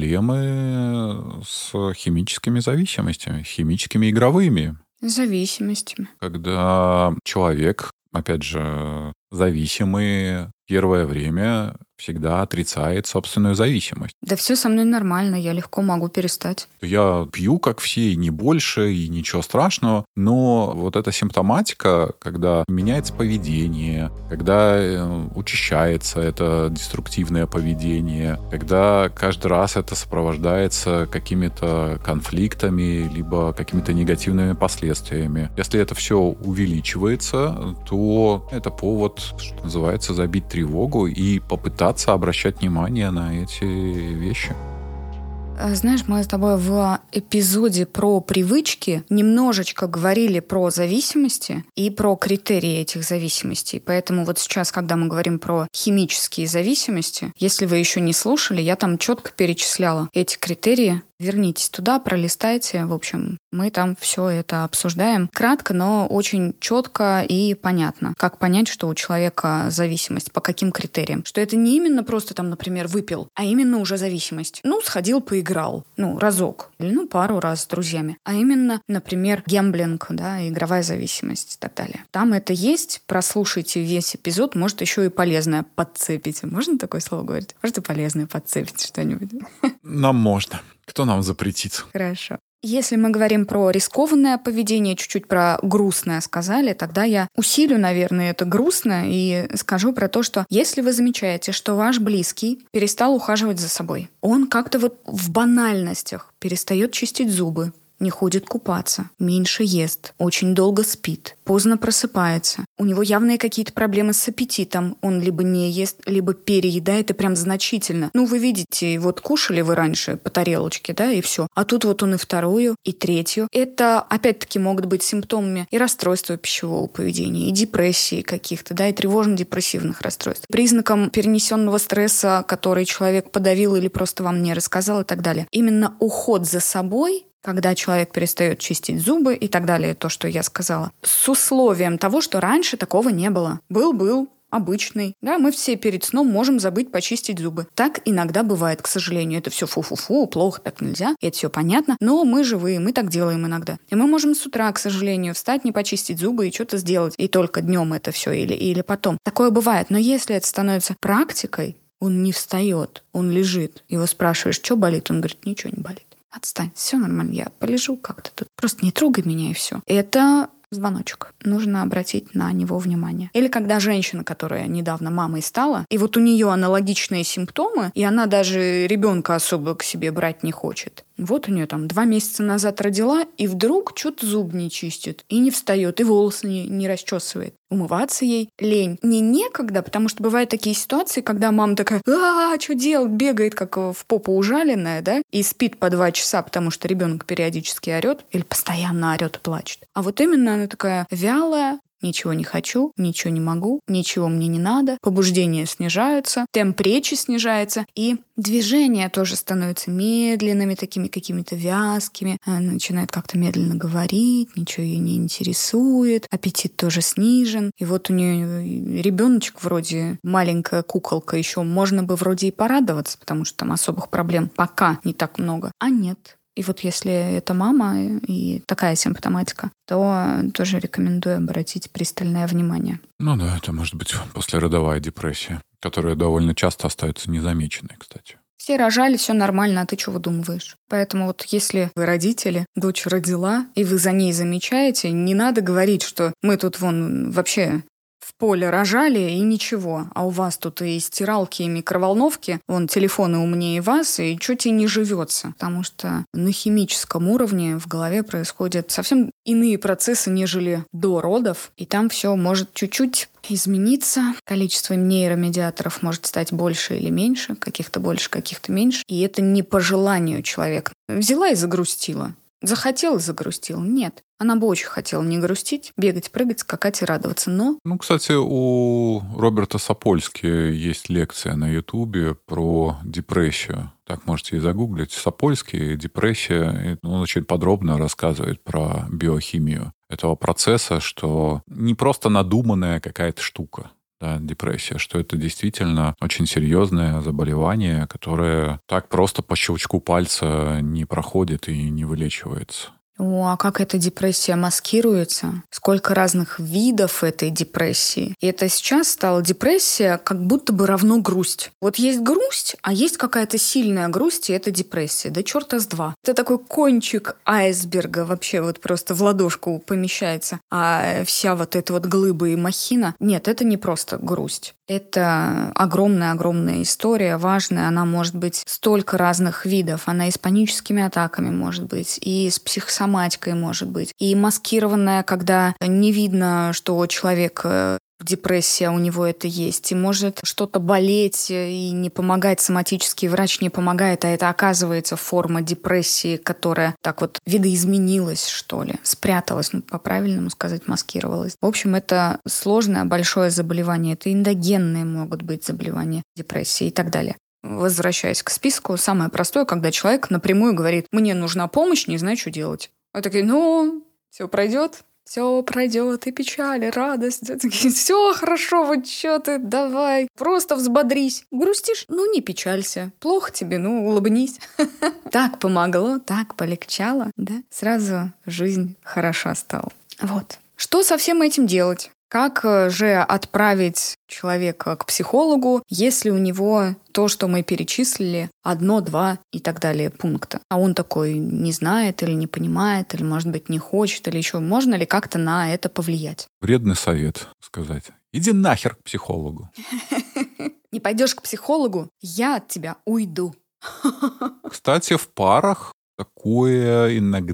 проблемы с химическими зависимостями, химическими игровыми. Зависимостями. Когда человек, опять же, зависимый, первое время всегда отрицает собственную зависимость. Да все со мной нормально, я легко могу перестать. Я пью, как все, и не больше, и ничего страшного. Но вот эта симптоматика, когда меняется поведение, когда учащается это деструктивное поведение, когда каждый раз это сопровождается какими-то конфликтами, либо какими-то негативными последствиями. Если это все увеличивается, то это повод, что называется, забить тревогу и попытаться обращать внимание на эти вещи. Знаешь, мы с тобой в эпизоде про привычки немножечко говорили про зависимости и про критерии этих зависимостей. Поэтому вот сейчас, когда мы говорим про химические зависимости, если вы еще не слушали, я там четко перечисляла эти критерии. Вернитесь туда, пролистайте. В общем, мы там все это обсуждаем. Кратко, но очень четко и понятно. Как понять, что у человека зависимость, по каким критериям. Что это не именно просто там, например, выпил, а именно уже зависимость. Ну, сходил, поиграл. Ну, разок. Или, ну, пару раз с друзьями. А именно, например, гэмблинг, да, игровая зависимость и так далее. Там это есть. Прослушайте весь эпизод. Может, еще и полезное подцепите. Можно такое слово говорить? Может, и полезное подцепите что-нибудь? Нам можно. Кто нам запретит? Хорошо. Если мы говорим про рискованное поведение, чуть-чуть про грустное сказали, тогда я усилю, наверное, это грустное и скажу про то, что если вы замечаете, что ваш близкий перестал ухаживать за собой, он как-то вот в банальностях перестает чистить зубы, не ходит купаться, меньше ест, очень долго спит, поздно просыпается. У него явные какие-то проблемы с аппетитом. Он либо не ест, либо переедает, и прям значительно. Ну, вы видите, вот кушали вы раньше по тарелочке, да, и все. А тут вот он и вторую, и третью. Это, опять-таки, могут быть симптомами и расстройства пищевого поведения, и депрессии каких-то, да, и тревожно-депрессивных расстройств. Признаком перенесенного стресса, который человек подавил или просто вам не рассказал и так далее. Именно уход за собой, когда человек перестает чистить зубы и так далее, то, что я сказала, с условием того, что раньше такого не было. Был-был, обычный. Да, мы все перед сном можем забыть почистить зубы. Так иногда бывает, к сожалению. Это все фу-фу-фу, плохо, так нельзя. Это все понятно. Но мы живые, мы так делаем иногда. И мы можем с утра, к сожалению, встать, не почистить зубы и что-то сделать. И только днем это все или, или потом. Такое бывает. Но если это становится практикой, он не встает, он лежит. Его спрашиваешь, что болит? Он говорит, ничего не болит. Отстань, все нормально, я полежу как-то тут. Просто не трогай меня и все. Это звоночек. Нужно обратить на него внимание. Или когда женщина, которая недавно мамой стала, и вот у нее аналогичные симптомы, и она даже ребенка особо к себе брать не хочет. Вот у нее там два месяца назад родила, и вдруг что-то зуб не чистит, и не встает, и волосы не, не расчесывает. Умываться ей лень. Не некогда, потому что бывают такие ситуации, когда мама такая, а, что делать, бегает, как в попу ужаленная, да, и спит по два часа, потому что ребенок периодически орет, или постоянно орет и плачет. А вот именно она такая вялая, ничего не хочу, ничего не могу, ничего мне не надо, побуждения снижаются, темп речи снижается, и движения тоже становятся медленными, такими какими-то вязкими, она начинает как-то медленно говорить, ничего ее не интересует, аппетит тоже снижен, и вот у нее ребеночек вроде маленькая куколка, еще можно бы вроде и порадоваться, потому что там особых проблем пока не так много, а нет. И вот если это мама и такая симптоматика, то тоже рекомендую обратить пристальное внимание. Ну да, это может быть послеродовая депрессия, которая довольно часто остается незамеченной, кстати. Все рожали, все нормально, а ты что выдумываешь? Поэтому вот если вы родители, дочь родила, и вы за ней замечаете, не надо говорить, что мы тут вон вообще в поле рожали и ничего, а у вас тут и стиралки, и микроволновки, вон телефоны умнее вас, и что тебе не живется. Потому что на химическом уровне в голове происходят совсем иные процессы, нежели до родов, и там все может чуть-чуть измениться, количество нейромедиаторов может стать больше или меньше, каких-то больше, каких-то меньше, и это не по желанию человека. Взяла и загрустила. Захотела и загрустила? Нет. Она бы очень хотела не грустить, бегать, прыгать, скакать и радоваться, но... Ну, кстати, у Роберта Сапольски есть лекция на Ютубе про депрессию. Так можете и загуглить. Сапольский, депрессия. Он очень подробно рассказывает про биохимию этого процесса, что не просто надуманная какая-то штука. Да, депрессия, что это действительно очень серьезное заболевание, которое так просто по щелчку пальца не проходит и не вылечивается. О, а как эта депрессия маскируется? Сколько разных видов этой депрессии? И это сейчас стала депрессия как будто бы равно грусть. Вот есть грусть, а есть какая-то сильная грусть, и это депрессия. Да черта с два. Это такой кончик айсберга вообще вот просто в ладошку помещается. А вся вот эта вот глыба и махина... Нет, это не просто грусть. Это огромная-огромная история, важная. Она может быть столько разных видов. Она и с паническими атаками может быть, и с психосоматикой может быть, и маскированная, когда не видно, что человек депрессия, у него это есть, и может что-то болеть и не помогать, соматический врач не помогает, а это оказывается форма депрессии, которая так вот видоизменилась, что ли, спряталась, ну, по-правильному сказать, маскировалась. В общем, это сложное, большое заболевание, это эндогенные могут быть заболевания депрессии и так далее. Возвращаясь к списку, самое простое, когда человек напрямую говорит: «Мне нужна помощь, не знаю, что делать». А такие: «Ну, все пройдет». Все пройдет, и печаль, и радость. Все хорошо, вот что ты, давай, просто взбодрись. Грустишь? Ну, не печалься. Плохо тебе? Ну, улыбнись. Так помогло, так полегчало, да? Сразу жизнь хороша стала. Вот. Что со всем этим делать? Как же отправить человека к психологу, если у него то, что мы перечислили, одно, два и так далее пункта? А он такой не знает или не понимает, или, может быть, не хочет, или еще. Можно ли как-то на это повлиять? Вредный совет сказать: иди нахер к психологу. Не пойдешь к психологу, я от тебя уйду. Кстати, в парах такое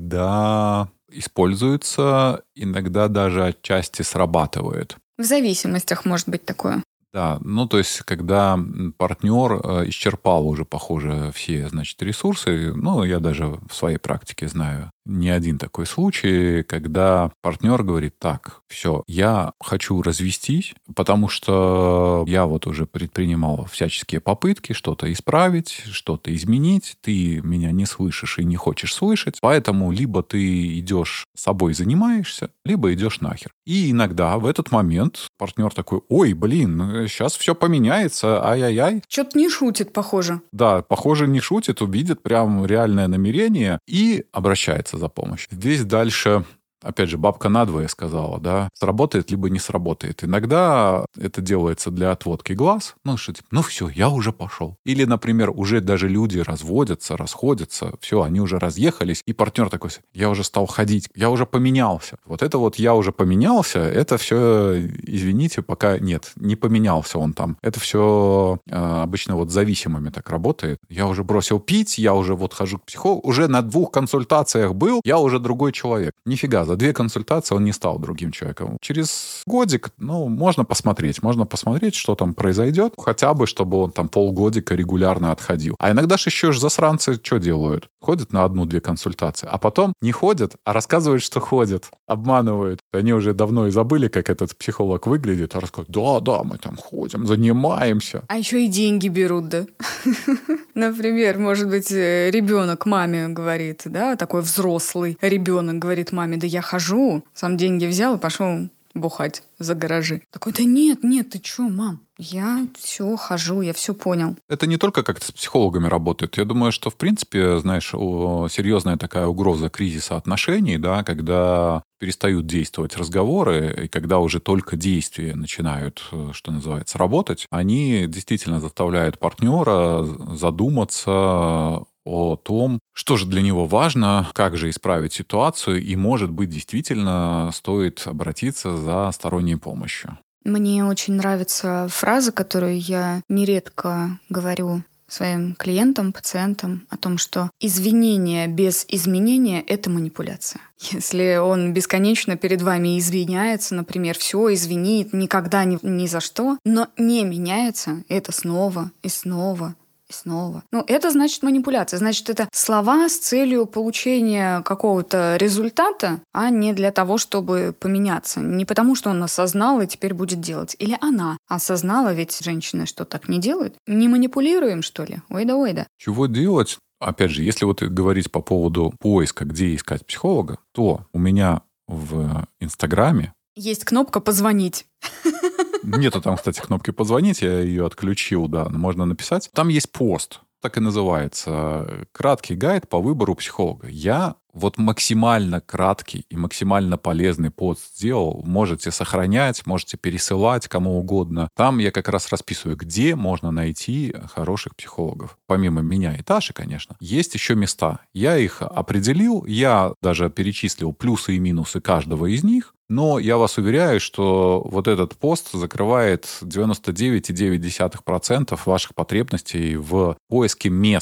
иногда используется, иногда даже отчасти срабатывает. В зависимостях может быть такое. Да, ну то есть, когда партнер исчерпал уже, похоже, все, значит, ресурсы, ну, я даже в своей практике знаю не один такой случай, когда партнер говорит: так, все, я хочу развестись, потому что я вот уже предпринимал всяческие попытки что-то исправить, что-то изменить, ты меня не слышишь и не хочешь слышать, поэтому либо ты идешь собой занимаешься, либо идешь нахер. И иногда в этот момент партнер такой: ой, блин, сейчас все поменяется, ай-яй-яй. Что-то не шутит, похоже. Да, похоже, не шутит, увидит прям реальное намерение и обращается за помощью. Здесь дальше, опять же, бабка надвое сказала, да, сработает либо не сработает. Иногда это делается для отводки глаз, ну что, типа, ну все, я уже пошел. Или, например, уже даже люди разводятся, расходятся, все, они уже разъехались, и партнер такой: я уже стал ходить, я уже поменялся. Вот это вот я уже поменялся, это все, извините, пока нет, не поменялся он там. Это все э, обычно вот зависимыми так работает. Я уже бросил пить, я уже вот хожу к психологу, уже на двух консультациях был, я уже другой человек. Нифига, за две консультации он не стал другим человеком. Через годик, ну, можно посмотреть, можно посмотреть, что там произойдет, хотя бы, чтобы он там полгодика регулярно отходил. А иногда же еще ж засранцы что делают? Ходят на одну-две консультации, а потом не ходят, а рассказывают, что ходят, обманывают. Они уже давно и забыли, как этот психолог выглядит, а рассказывают: да, да, мы там ходим, занимаемся. А еще и деньги берут, да? Например, может быть, ребенок маме говорит, да, такой взрослый ребенок говорит маме: да я хожу, сам деньги взял и пошел бухать за гаражи. Такой: да нет, нет, ты что, мам? Я все хожу, я все понял. Это не только как-то с психологами работает. Я думаю, что, в принципе, знаешь, серьезная такая угроза кризиса отношений, да, когда перестают действовать разговоры, и когда уже только действия начинают, что называется, работать, они действительно заставляют партнера задуматься о том, что же для него важно, как же исправить ситуацию, и, может быть, действительно стоит обратиться за сторонней помощью. Мне очень нравится фраза, которую я нередко говорю своим клиентам, пациентам, о том, что извинение без изменения — это манипуляция. Если он бесконечно перед вами извиняется, например, все, извинит, никогда ни, ни за что, но не меняется, это снова и снова и снова. Ну, это значит манипуляция. Значит, это слова с целью получения какого-то результата, а не для того, чтобы поменяться. Не потому, что он осознал и теперь будет делать. Или она осознала, ведь женщины что, так не делают? Не манипулируем, что ли? Ой да, ой да. Чего делать? Опять же, если вот говорить по поводу поиска, где искать психолога, то у меня в Инстаграме есть кнопка «Позвонить». Нету там, кстати, кнопки «Позвонить», я ее отключил, да, но можно написать. Там есть пост, так и называется, «Краткий гайд по выбору психолога». Я вот максимально краткий и максимально полезный пост сделал. Можете сохранять, можете пересылать кому угодно. Там я как раз расписываю, где можно найти хороших психологов. Помимо меня и Таши, конечно, есть еще места. Я их определил, я даже перечислил плюсы и минусы каждого из них. Но я вас уверяю, что вот этот пост закрывает девяносто девять целых девять десятых процента ваших потребностей в поиске места. То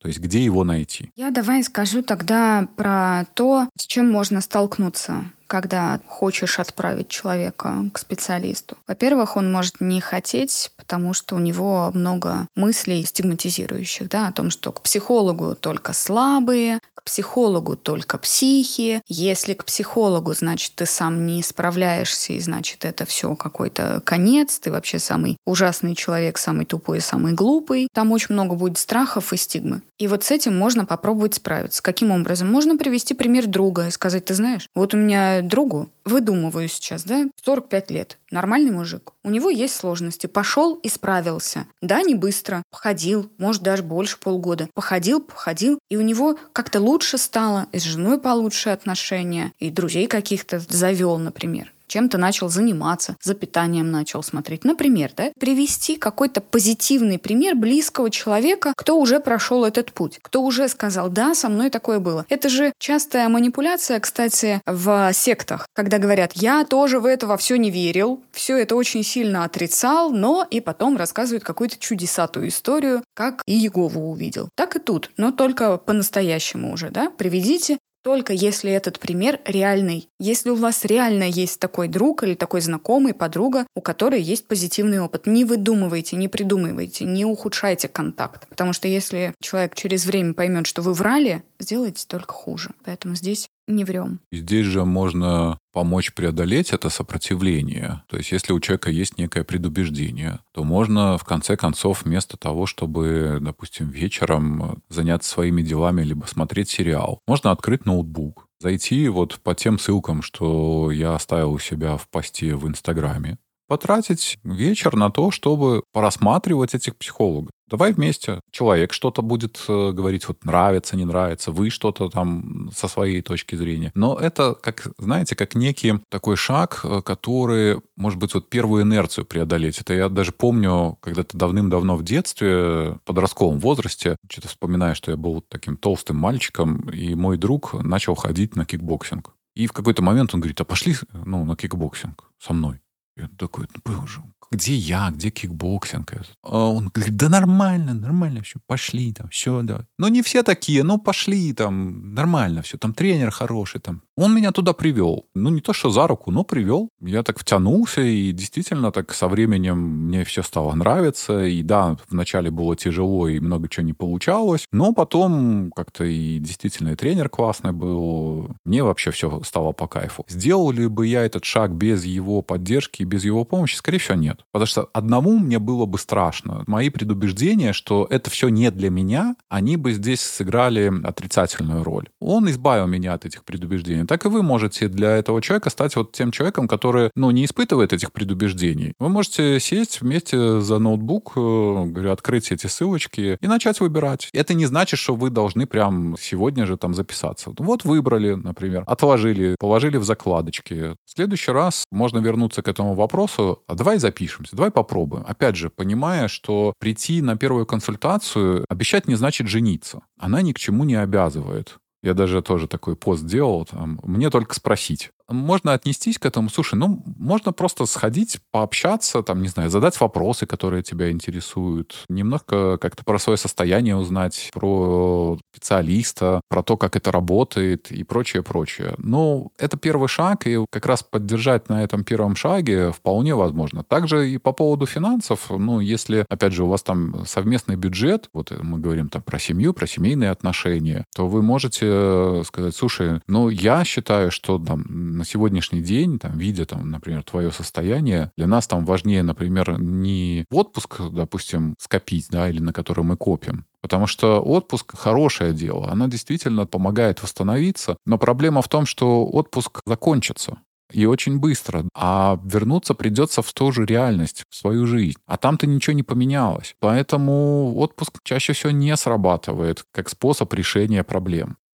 То есть где его найти? Я давай скажу тогда про то, с чем можно столкнуться, когда хочешь отправить человека к специалисту. Во-первых, он может не хотеть, потому что у него много мыслей стигматизирующих, да, о том, что к психологу только слабые, к психологу только психи. Если к психологу, значит, ты сам не справляешься, и значит, это все какой-то конец, ты вообще самый ужасный человек, самый тупой и самый глупый. Там очень много будет страхов и стигмы. И вот с этим можно попробовать справиться. Каким образом? Можно привести пример друга и сказать: ты знаешь, вот у меня другу, выдумываю сейчас, да, сорок пять лет, нормальный мужик. У него есть сложности. Пошел и справился. Да, не быстро. Походил, может, даже больше полгода. Походил, походил, и у него как-то лучше стало, и с женой получше отношения, и друзей каких-то завел, например. Чем-то начал заниматься, за питанием начал смотреть. Например, да, привести какой-то позитивный пример близкого человека, кто уже прошел этот путь, кто уже сказал: да, со мной такое было. Это же частая манипуляция, кстати, в сектах, когда говорят: я тоже в это во все не верил, все это очень сильно отрицал, но и потом рассказывают какую-то чудесатую историю, как и Иегову увидел. Так и тут, но только по-настоящему уже, да, приведите. Только если этот пример реальный. Если у вас реально есть такой друг или такой знакомый, подруга, у которой есть позитивный опыт, не выдумывайте, не придумывайте, не ухудшайте контакт. Потому что если человек через время поймет, что вы врали, сделаете только хуже. Поэтому здесь не врем. И здесь же можно помочь преодолеть это сопротивление. То есть если у человека есть некое предубеждение, то можно в конце концов вместо того, чтобы, допустим, вечером заняться своими делами либо смотреть сериал, можно открыть ноутбук, зайти вот по тем ссылкам, что я оставил у себя в посте в Инстаграме, потратить вечер на то, чтобы порассматривать этих психологов. Давай вместе. Человек что-то будет э, говорить, вот нравится, не нравится, вы что-то там со своей точки зрения. Но это, как, знаете, как некий такой шаг, э, который, может быть, вот первую инерцию преодолеть. Это я даже помню, когда-то давным-давно в детстве, в подростковом возрасте, что-то вспоминаю, что я был вот таким толстым мальчиком, и мой друг начал ходить на кикбоксинг. И в какой-то момент он говорит: а пошли, ну, на кикбоксинг со мной. Я такой: ну, боже, где я, где кикбоксинг? А он говорит: да нормально, нормально все, пошли там, все, да. Ну, не все такие, ну, пошли там, нормально все, там тренер хороший там. Он меня туда привел. Ну, не то, что за руку, но привел. Я так втянулся, и действительно так со временем мне все стало нравиться. И да, вначале было тяжело, и много чего не получалось, но потом как-то и действительно и тренер классный был. Мне вообще все стало по кайфу. Сделал ли бы я этот шаг без его поддержки и без его помощи? Скорее всего, нет. Потому что одному мне было бы страшно. Мои предубеждения, что это все не для меня, они бы здесь сыграли отрицательную роль. Он избавил меня от этих предубеждений. Так и вы можете для этого человека стать вот тем человеком, который, ну, не испытывает этих предубеждений. Вы можете сесть вместе за ноутбук, говорю, открыть эти ссылочки и начать выбирать. Это не значит, что вы должны прям сегодня же там записаться. Вот выбрали, например, отложили, положили в закладочки. В следующий раз можно вернуться к этому вопросу: а давай запишемся, давай попробуем. Опять же, понимая, что прийти на первую консультацию обещать не значит жениться. Она ни к чему не обязывает. Я даже тоже такой пост делал, там, мне только спросить. Можно отнестись к этому: слушай, ну, можно просто сходить, пообщаться, там, не знаю, задать вопросы, которые тебя интересуют, немножко как-то про свое состояние узнать, про специалиста, про то, как это работает и прочее, прочее. Но это первый шаг, и как раз поддержать на этом первом шаге вполне возможно. Также и по поводу финансов, ну, если, опять же, у вас там совместный бюджет, вот мы говорим там про семью, про семейные отношения, то вы можете сказать: слушай, ну, я считаю, что там на сегодняшний день, там, видя, там, например, твое состояние, для нас там важнее, например, не отпуск, допустим, скопить, да, или на который мы копим. Потому что отпуск — хорошее дело, оно действительно помогает восстановиться, но проблема в том, что отпуск закончится. И очень быстро. А вернуться придется в ту же реальность, в свою жизнь. А там-то ничего не поменялось. Поэтому отпуск чаще всего не срабатывает как способ решения проблем.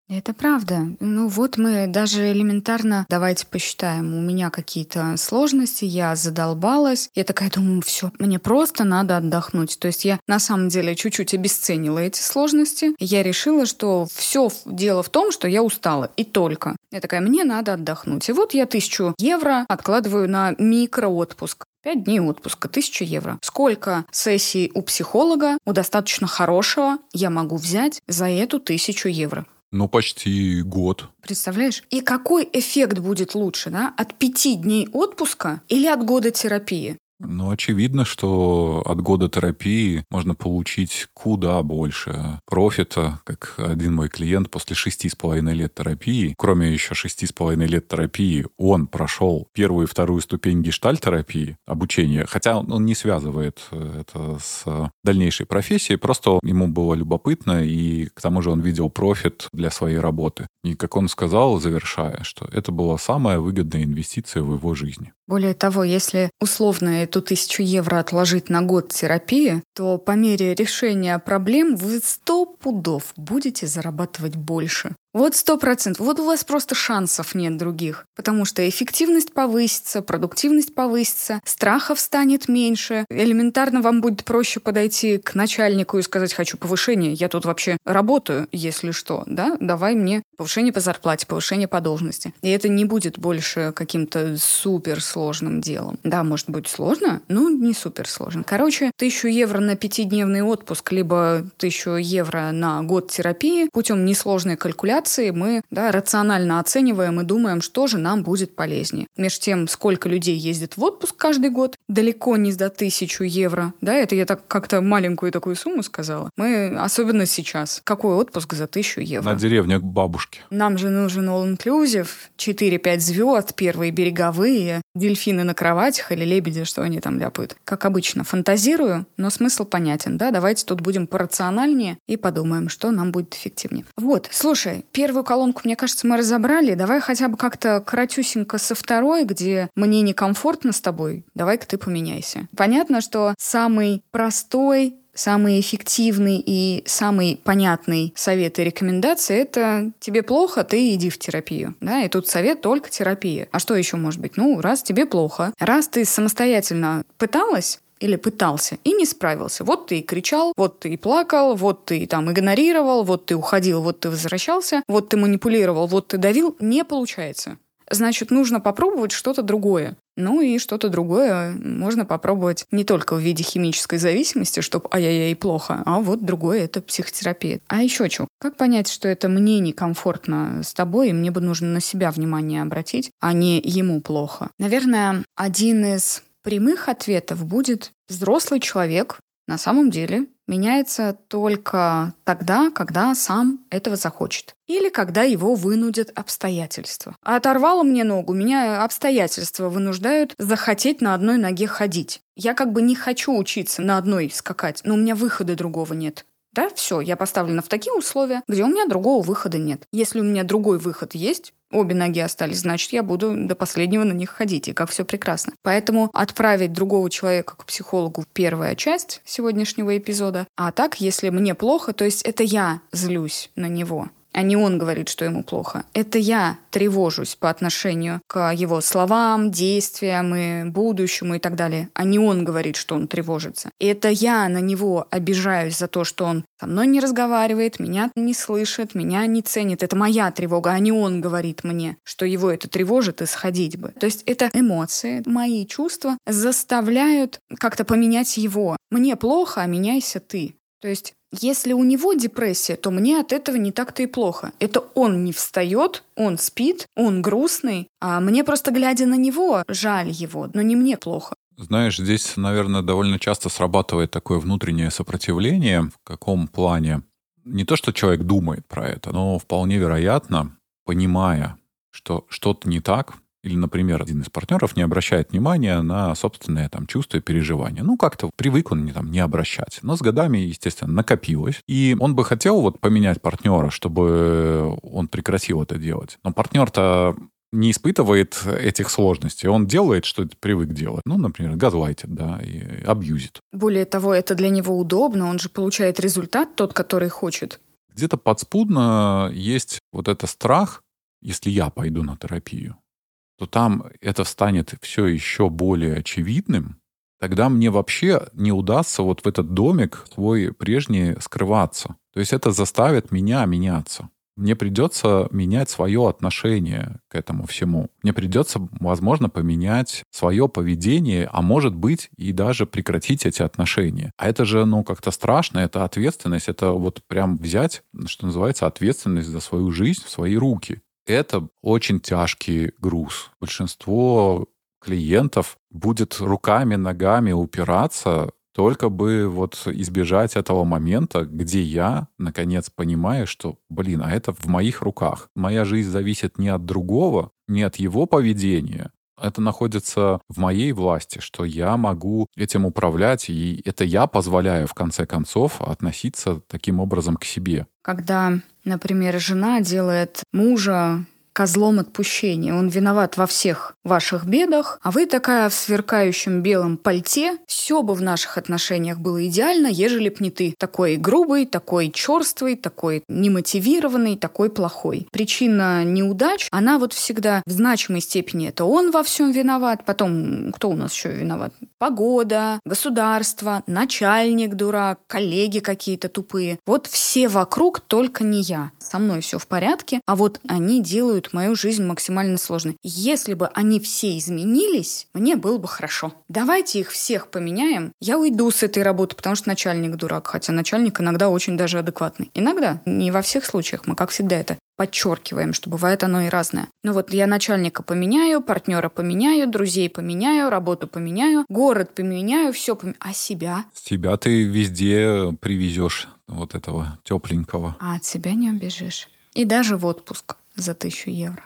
Это правда. Ну вот мы даже элементарно, давайте посчитаем, у меня какие-то сложности, я задолбалась, я такая думаю, все, мне просто надо отдохнуть. То есть я на самом деле чуть-чуть обесценила эти сложности, и я решила, что все дело в том, что я устала, и только. Я такая, мне надо отдохнуть. И вот я тысячу евро откладываю на микроотпуск. Пять дней отпуска, тысяча евро. Сколько сессий у психолога, у достаточно хорошего, я могу взять за эту тысячу евро? Ну, почти год. Представляешь? И какой эффект будет лучше, да? От пяти дней отпуска или от года терапии? Ну, очевидно, что от года терапии можно получить куда больше профита, как один мой клиент после шести с половиной лет терапии, кроме еще шести с половиной лет терапии, он прошел первую и вторую ступень гештальт-терапии, обучения, хотя он не связывает это с дальнейшей профессией, просто ему было любопытно, и к тому же он видел профит для своей работы. И, как он сказал, завершая, что это была самая выгодная инвестиция в его жизни. Более того, если условно эту тысячу евро отложить на год терапии, то по мере решения проблем вы сто пудов будете зарабатывать больше. Вот сто процентов. Вот у вас просто шансов нет других. Потому что эффективность повысится, продуктивность повысится, страхов станет меньше. Элементарно вам будет проще подойти к начальнику и сказать, хочу повышение. Я тут вообще работаю, если что. Да? Давай мне повышение по зарплате, повышение по должности. И это не будет больше каким-то суперсложным делом. Да, может быть сложно, но не суперсложно. Короче, тысячу евро на пятидневный отпуск, либо тысячу евро на год терапии путем несложной калькуляции мы да, рационально оцениваем и думаем, что же нам будет полезнее. Между тем, сколько людей ездит в отпуск каждый год, далеко не за тысячу евро. Да, это я так как-то маленькую такую сумму сказала. Мы, особенно сейчас, какой отпуск за тысячу евро? На деревню к бабушке. Нам же нужен all-inclusive, четыре-пять звезд, первые береговые, дельфины на кроватях или лебеди, что они там ляпают. Как обычно, фантазирую, но смысл понятен, да? Давайте тут будем порациональнее и подумаем, что нам будет эффективнее. Вот, слушай, первую колонку, мне кажется, мы разобрали. Давай хотя бы как-то кратюсенько со второй, где мне некомфортно с тобой. Давай-ка ты поменяйся. Понятно, что самый простой, самый эффективный и самый понятный совет и рекомендация — это тебе плохо, ты иди в терапию. Да? И тут совет только терапия. А что еще может быть? Ну, раз тебе плохо, раз ты самостоятельно пыталась, или пытался, и не справился. Вот ты и кричал, вот ты и плакал, вот ты там игнорировал, вот ты уходил, вот ты возвращался, вот ты манипулировал, вот ты давил. Не получается. Значит, нужно попробовать что-то другое. Ну и что-то другое можно попробовать не только в виде химической зависимости, чтобы ай-яй-яй плохо, а вот другое — это психотерапия. А еще что? Как понять, что это мне некомфортно с тобой, и мне бы нужно на себя внимание обратить, а не ему плохо? Наверное, один из прямых ответов будет: взрослый человек на самом деле меняется только тогда, когда сам этого захочет. Или когда его вынудят обстоятельства. А оторвало мне ногу, меня обстоятельства вынуждают захотеть на одной ноге ходить. Я как бы не хочу учиться на одной скакать, но у меня выхода другого нет. Да, все, я поставлена в такие условия, где у меня другого выхода нет. Если у меня другой выход есть, обе ноги остались, значит, я буду до последнего на них ходить, и как все прекрасно. Поэтому отправить другого человека к психологу — первая часть сегодняшнего эпизода. А так, если мне плохо, то есть это я злюсь на него, а не он говорит, что ему плохо. Это я тревожусь по отношению к его словам, действиям и будущему и так далее, а не он говорит, что он тревожится. И это я на него обижаюсь за то, что он со мной не разговаривает, меня не слышит, меня не ценит. Это моя тревога, а не он говорит мне, что его это тревожит и сходить бы. То есть это эмоции, мои чувства заставляют как-то поменять его. Мне плохо, а меняйся ты. То есть если у него депрессия, то мне от этого не так-то и плохо. Это он не встает, он спит, он грустный, а мне просто, глядя на него, жаль его, но не мне плохо. Знаешь, здесь, наверное, довольно часто срабатывает такое внутреннее сопротивление. В каком плане? Не то, что человек думает про это, но вполне вероятно, понимая, что что-то не так, или, например, один из партнеров не обращает внимания на собственные там чувства и переживания. Ну, как-то привык он не, там, не обращать. Но с годами, естественно, накопилось. И он бы хотел вот поменять партнера, чтобы он прекратил это делать. Но партнер-то не испытывает этих сложностей. Он делает, что привык делать. Ну, например, газлайтит, да, и абьюзит. Более того, это для него удобно. Он же получает результат тот, который хочет. Где-то подспудно есть вот этот страх, если я пойду на терапию, то там это станет все еще более очевидным, тогда мне вообще не удастся вот в этот домик свой прежний скрываться. То есть это заставит меня меняться. Мне придется менять свое отношение к этому всему. Мне придется, возможно, поменять свое поведение, а может быть и даже прекратить эти отношения. А это же, ну, как-то страшно, это ответственность, это вот прям взять, что называется, ответственность за свою жизнь в свои руки. Это очень тяжкий груз. Большинство клиентов будет руками, ногами упираться, только бы вот избежать этого момента, где я, наконец, понимаю, что, блин, а это в моих руках. Моя жизнь зависит не от другого, не от его поведения. Это находится в моей власти, что я могу этим управлять, и это я позволяю, в конце концов, относиться таким образом к себе. Когда, например, жена делает мужа козлом отпущения. Он виноват во всех ваших бедах, а вы такая в сверкающем белом пальте. Все бы в наших отношениях было идеально, ежели б не ты. Такой грубый, такой черствый, такой немотивированный, такой плохой. Причина неудач, она вот всегда в значимой степени. Это он во всем виноват. Потом, кто у нас еще виноват? Погода, государство, начальник дурак, коллеги какие-то тупые. Вот все вокруг, только не я. Со мной все в порядке, а вот они делают мою жизнь максимально сложной. Если бы они все изменились, мне было бы хорошо. Давайте их всех поменяем. Я уйду с этой работы, потому что начальник дурак. Хотя начальник иногда очень даже адекватный. Иногда, не во всех случаях, мы, как всегда, это подчеркиваем, что бывает оно и разное. Ну вот я начальника поменяю, партнера поменяю, друзей поменяю, работу поменяю, город поменяю, все поменяю. А себя? Себя ты везде привезешь вот этого тепленького. А от себя не убежишь. И даже в отпуск за тысячу евро.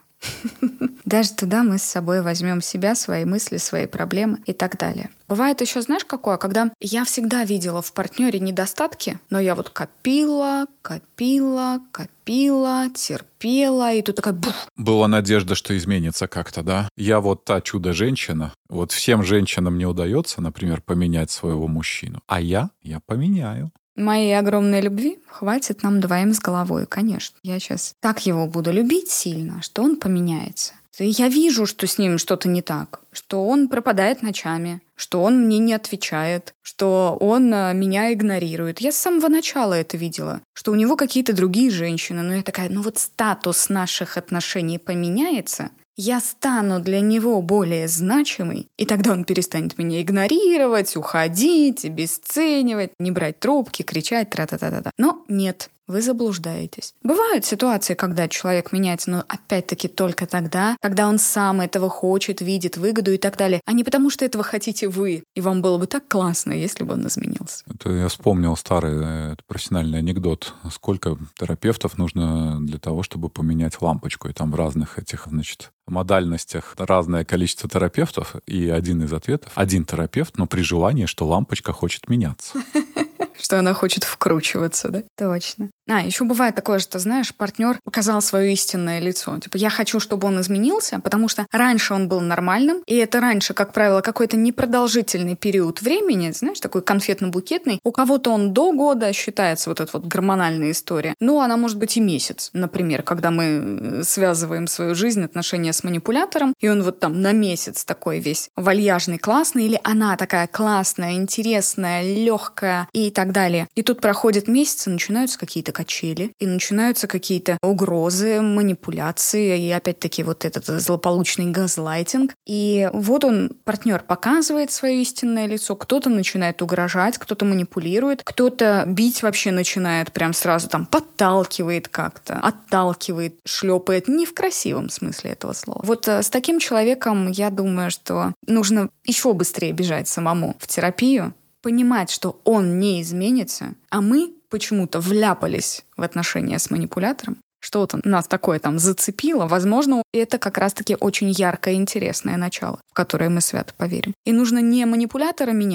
Даже туда мы с собой возьмем себя, свои мысли, свои проблемы и так далее. Бывает еще, знаешь, какое? Когда я всегда видела в партнере недостатки, но я вот копила, копила, копила, терпела, и тут такая бух. Была надежда, что изменится как-то, да? Я вот та чудо-женщина. Вот всем женщинам не удается, например, поменять своего мужчину. А я? Я поменяю. Моей огромной любви хватит нам двоим с головой, конечно. Я сейчас так его буду любить сильно, что он поменяется. И я вижу, что с ним что-то не так, что он пропадает ночами, что он мне не отвечает, что он меня игнорирует. Я с самого начала это видела, что у него какие-то другие женщины. Но я такая, ну вот статус наших отношений поменяется, я стану для него более значимой, и тогда он перестанет меня игнорировать, уходить, обесценивать, не брать трубки, кричать, тра-та-та-та-та. Но нет, вы заблуждаетесь. Бывают ситуации, когда человек меняется, но опять-таки только тогда, когда он сам этого хочет, видит выгоду и так далее, а не потому, что этого хотите вы. И вам было бы так классно, если бы он изменился. Это я вспомнил старый это профессиональный анекдот. Сколько терапевтов нужно для того, чтобы поменять лампочку? И там в разных этих, значит, модальностях разное количество терапевтов. И один из ответов — один терапевт, но при желании, что лампочка хочет меняться. Что она хочет вкручиваться, да? Точно. А, еще бывает такое, что, знаешь, партнер показал свое истинное лицо. Типа, я хочу, чтобы он изменился, потому что раньше он был нормальным, и это раньше, как правило, какой-то непродолжительный период времени, знаешь, такой конфетно-букетный. У кого-то он до года считается вот эта вот гормональная история. Ну, она может быть и месяц, например, когда мы связываем свою жизнь, отношения с манипулятором, и он вот там на месяц такой весь вальяжный, классный, или она такая классная, интересная, легкая и так далее. И тут проходит месяц, и начинаются какие-то качели, и начинаются какие-то угрозы, манипуляции, и опять-таки вот этот злополучный газлайтинг. И вот он, партнер, показывает свое истинное лицо, кто-то начинает угрожать, кто-то манипулирует, кто-то бить вообще начинает, прям сразу там подталкивает как-то, отталкивает, шлепает, не в красивом смысле этого слова. Вот с таким человеком, я думаю, что нужно еще быстрее бежать самому в терапию, понимать, что он не изменится, а мы почему-то вляпались в отношения с манипулятором, что-то нас такое там зацепило, возможно, это как раз-таки очень яркое и интересное начало, в которое мы свято поверим. И нужно не манипулятора менять,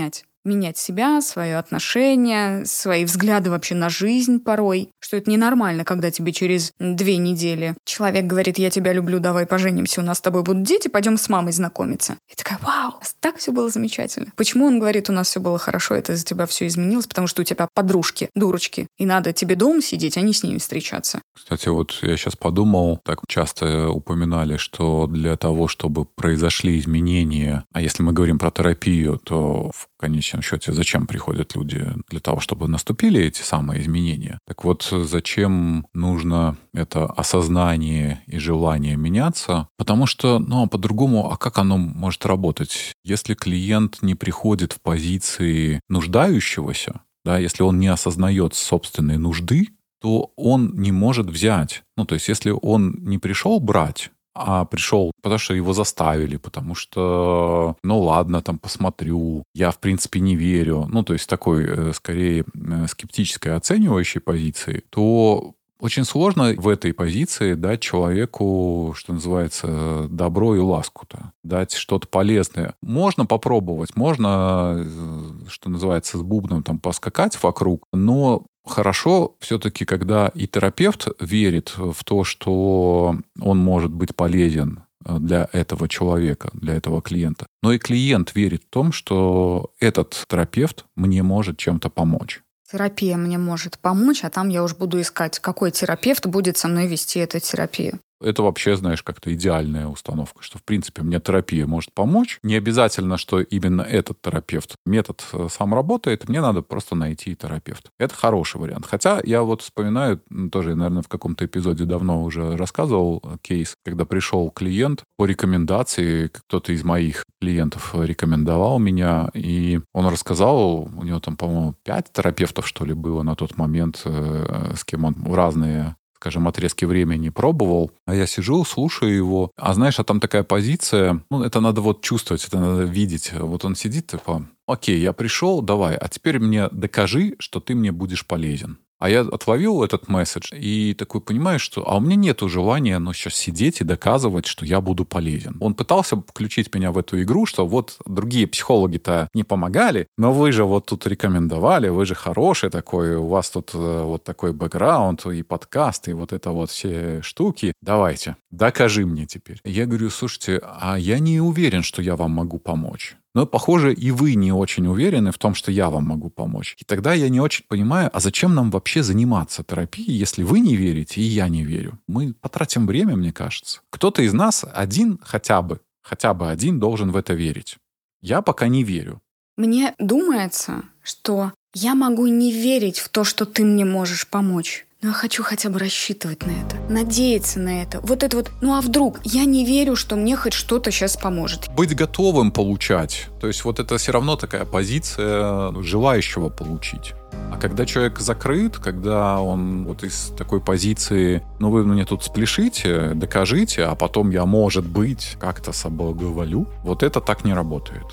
менять себя, свое отношение, свои взгляды вообще на жизнь порой, что это ненормально, когда тебе через две недели человек говорит: я тебя люблю, давай поженимся, у нас с тобой будут дети, пойдем с мамой знакомиться. И такая: вау, так все было замечательно. Почему он говорит: у нас все было хорошо, это из-за тебя все изменилось, потому что у тебя подружки, дурочки, и надо тебе дома сидеть, а не с ними встречаться. Кстати, вот я сейчас подумал, так часто упоминали, что для того, чтобы произошли изменения, а если мы говорим про терапию, то в конечном счете зачем приходят люди? Для того, чтобы наступили эти самые изменения. Так вот, зачем нужно это осознание и желание меняться? Потому что, ну, а по-другому, а как оно может работать? Если клиент не приходит в позиции нуждающегося, да, если он не осознает собственной нужды, то он не может взять. Ну, то есть, если он не пришел брать, а пришел, потому что его заставили, потому что, ну ладно, там посмотрю, я в принципе не верю, ну то есть такой, скорее, скептической оценивающей позиции, то очень сложно в этой позиции дать человеку, что называется, добро и ласку-то, дать что-то полезное. Можно попробовать, можно, что называется, с бубном там поскакать вокруг, но хорошо все-таки, когда и терапевт верит в то, что он может быть полезен для этого человека, для этого клиента, но и клиент верит в том, что этот терапевт мне может чем-то помочь. Терапия мне может помочь, а там я уж буду искать, какой терапевт будет со мной вести эту терапию. Это вообще, знаешь, как-то идеальная установка, что, в принципе, мне терапия может помочь. Не обязательно, что именно этот терапевт. Метод сам работает, мне надо просто найти терапевта. Это хороший вариант. Хотя я вот вспоминаю, тоже, наверное, в каком-то эпизоде давно уже рассказывал кейс, когда пришел клиент по рекомендации, кто-то из моих клиентов рекомендовал меня, и он рассказал, у него там, по-моему, пять терапевтов, что ли, было на тот момент, с кем он в разные, скажем, отрезки времени пробовал, а я сижу, слушаю его, а знаешь, а там такая позиция, ну, это надо вот чувствовать, это надо видеть. Вот он сидит, типа: окей, я пришел, давай, а теперь мне докажи, что ты мне будешь полезен. А я отловил этот месседж и такой понимаю, что а у меня нету желания, ну, сейчас сидеть и доказывать, что я буду полезен. Он пытался включить меня в эту игру, что вот другие психологи-то не помогали, но вы же вот тут рекомендовали, вы же хороший такой, у вас тут вот такой бэкграунд и подкаст, и вот это вот все штуки. Давайте, докажи мне теперь. Я говорю: слушайте, а я не уверен, что я вам могу помочь. Но, похоже, и вы не очень уверены в том, что я вам могу помочь. И тогда я не очень понимаю, а зачем нам вообще заниматься терапией, если вы не верите, и я не верю? Мы потратим время, мне кажется. Кто-то из нас один хотя бы, хотя бы один должен в это верить. Я пока не верю. Мне думается, что я могу не верить в то, что ты мне можешь помочь. Но я хочу хотя бы рассчитывать на это, надеяться на это. Вот это вот, ну а вдруг? Я не верю, что мне хоть что-то сейчас поможет. Быть готовым получать. То есть вот это все равно такая позиция желающего получить. А когда человек закрыт, когда он вот из такой позиции: ну вы мне тут спляшите, докажите, а потом я, может быть, как-то соблаговолю, вот это так не работает.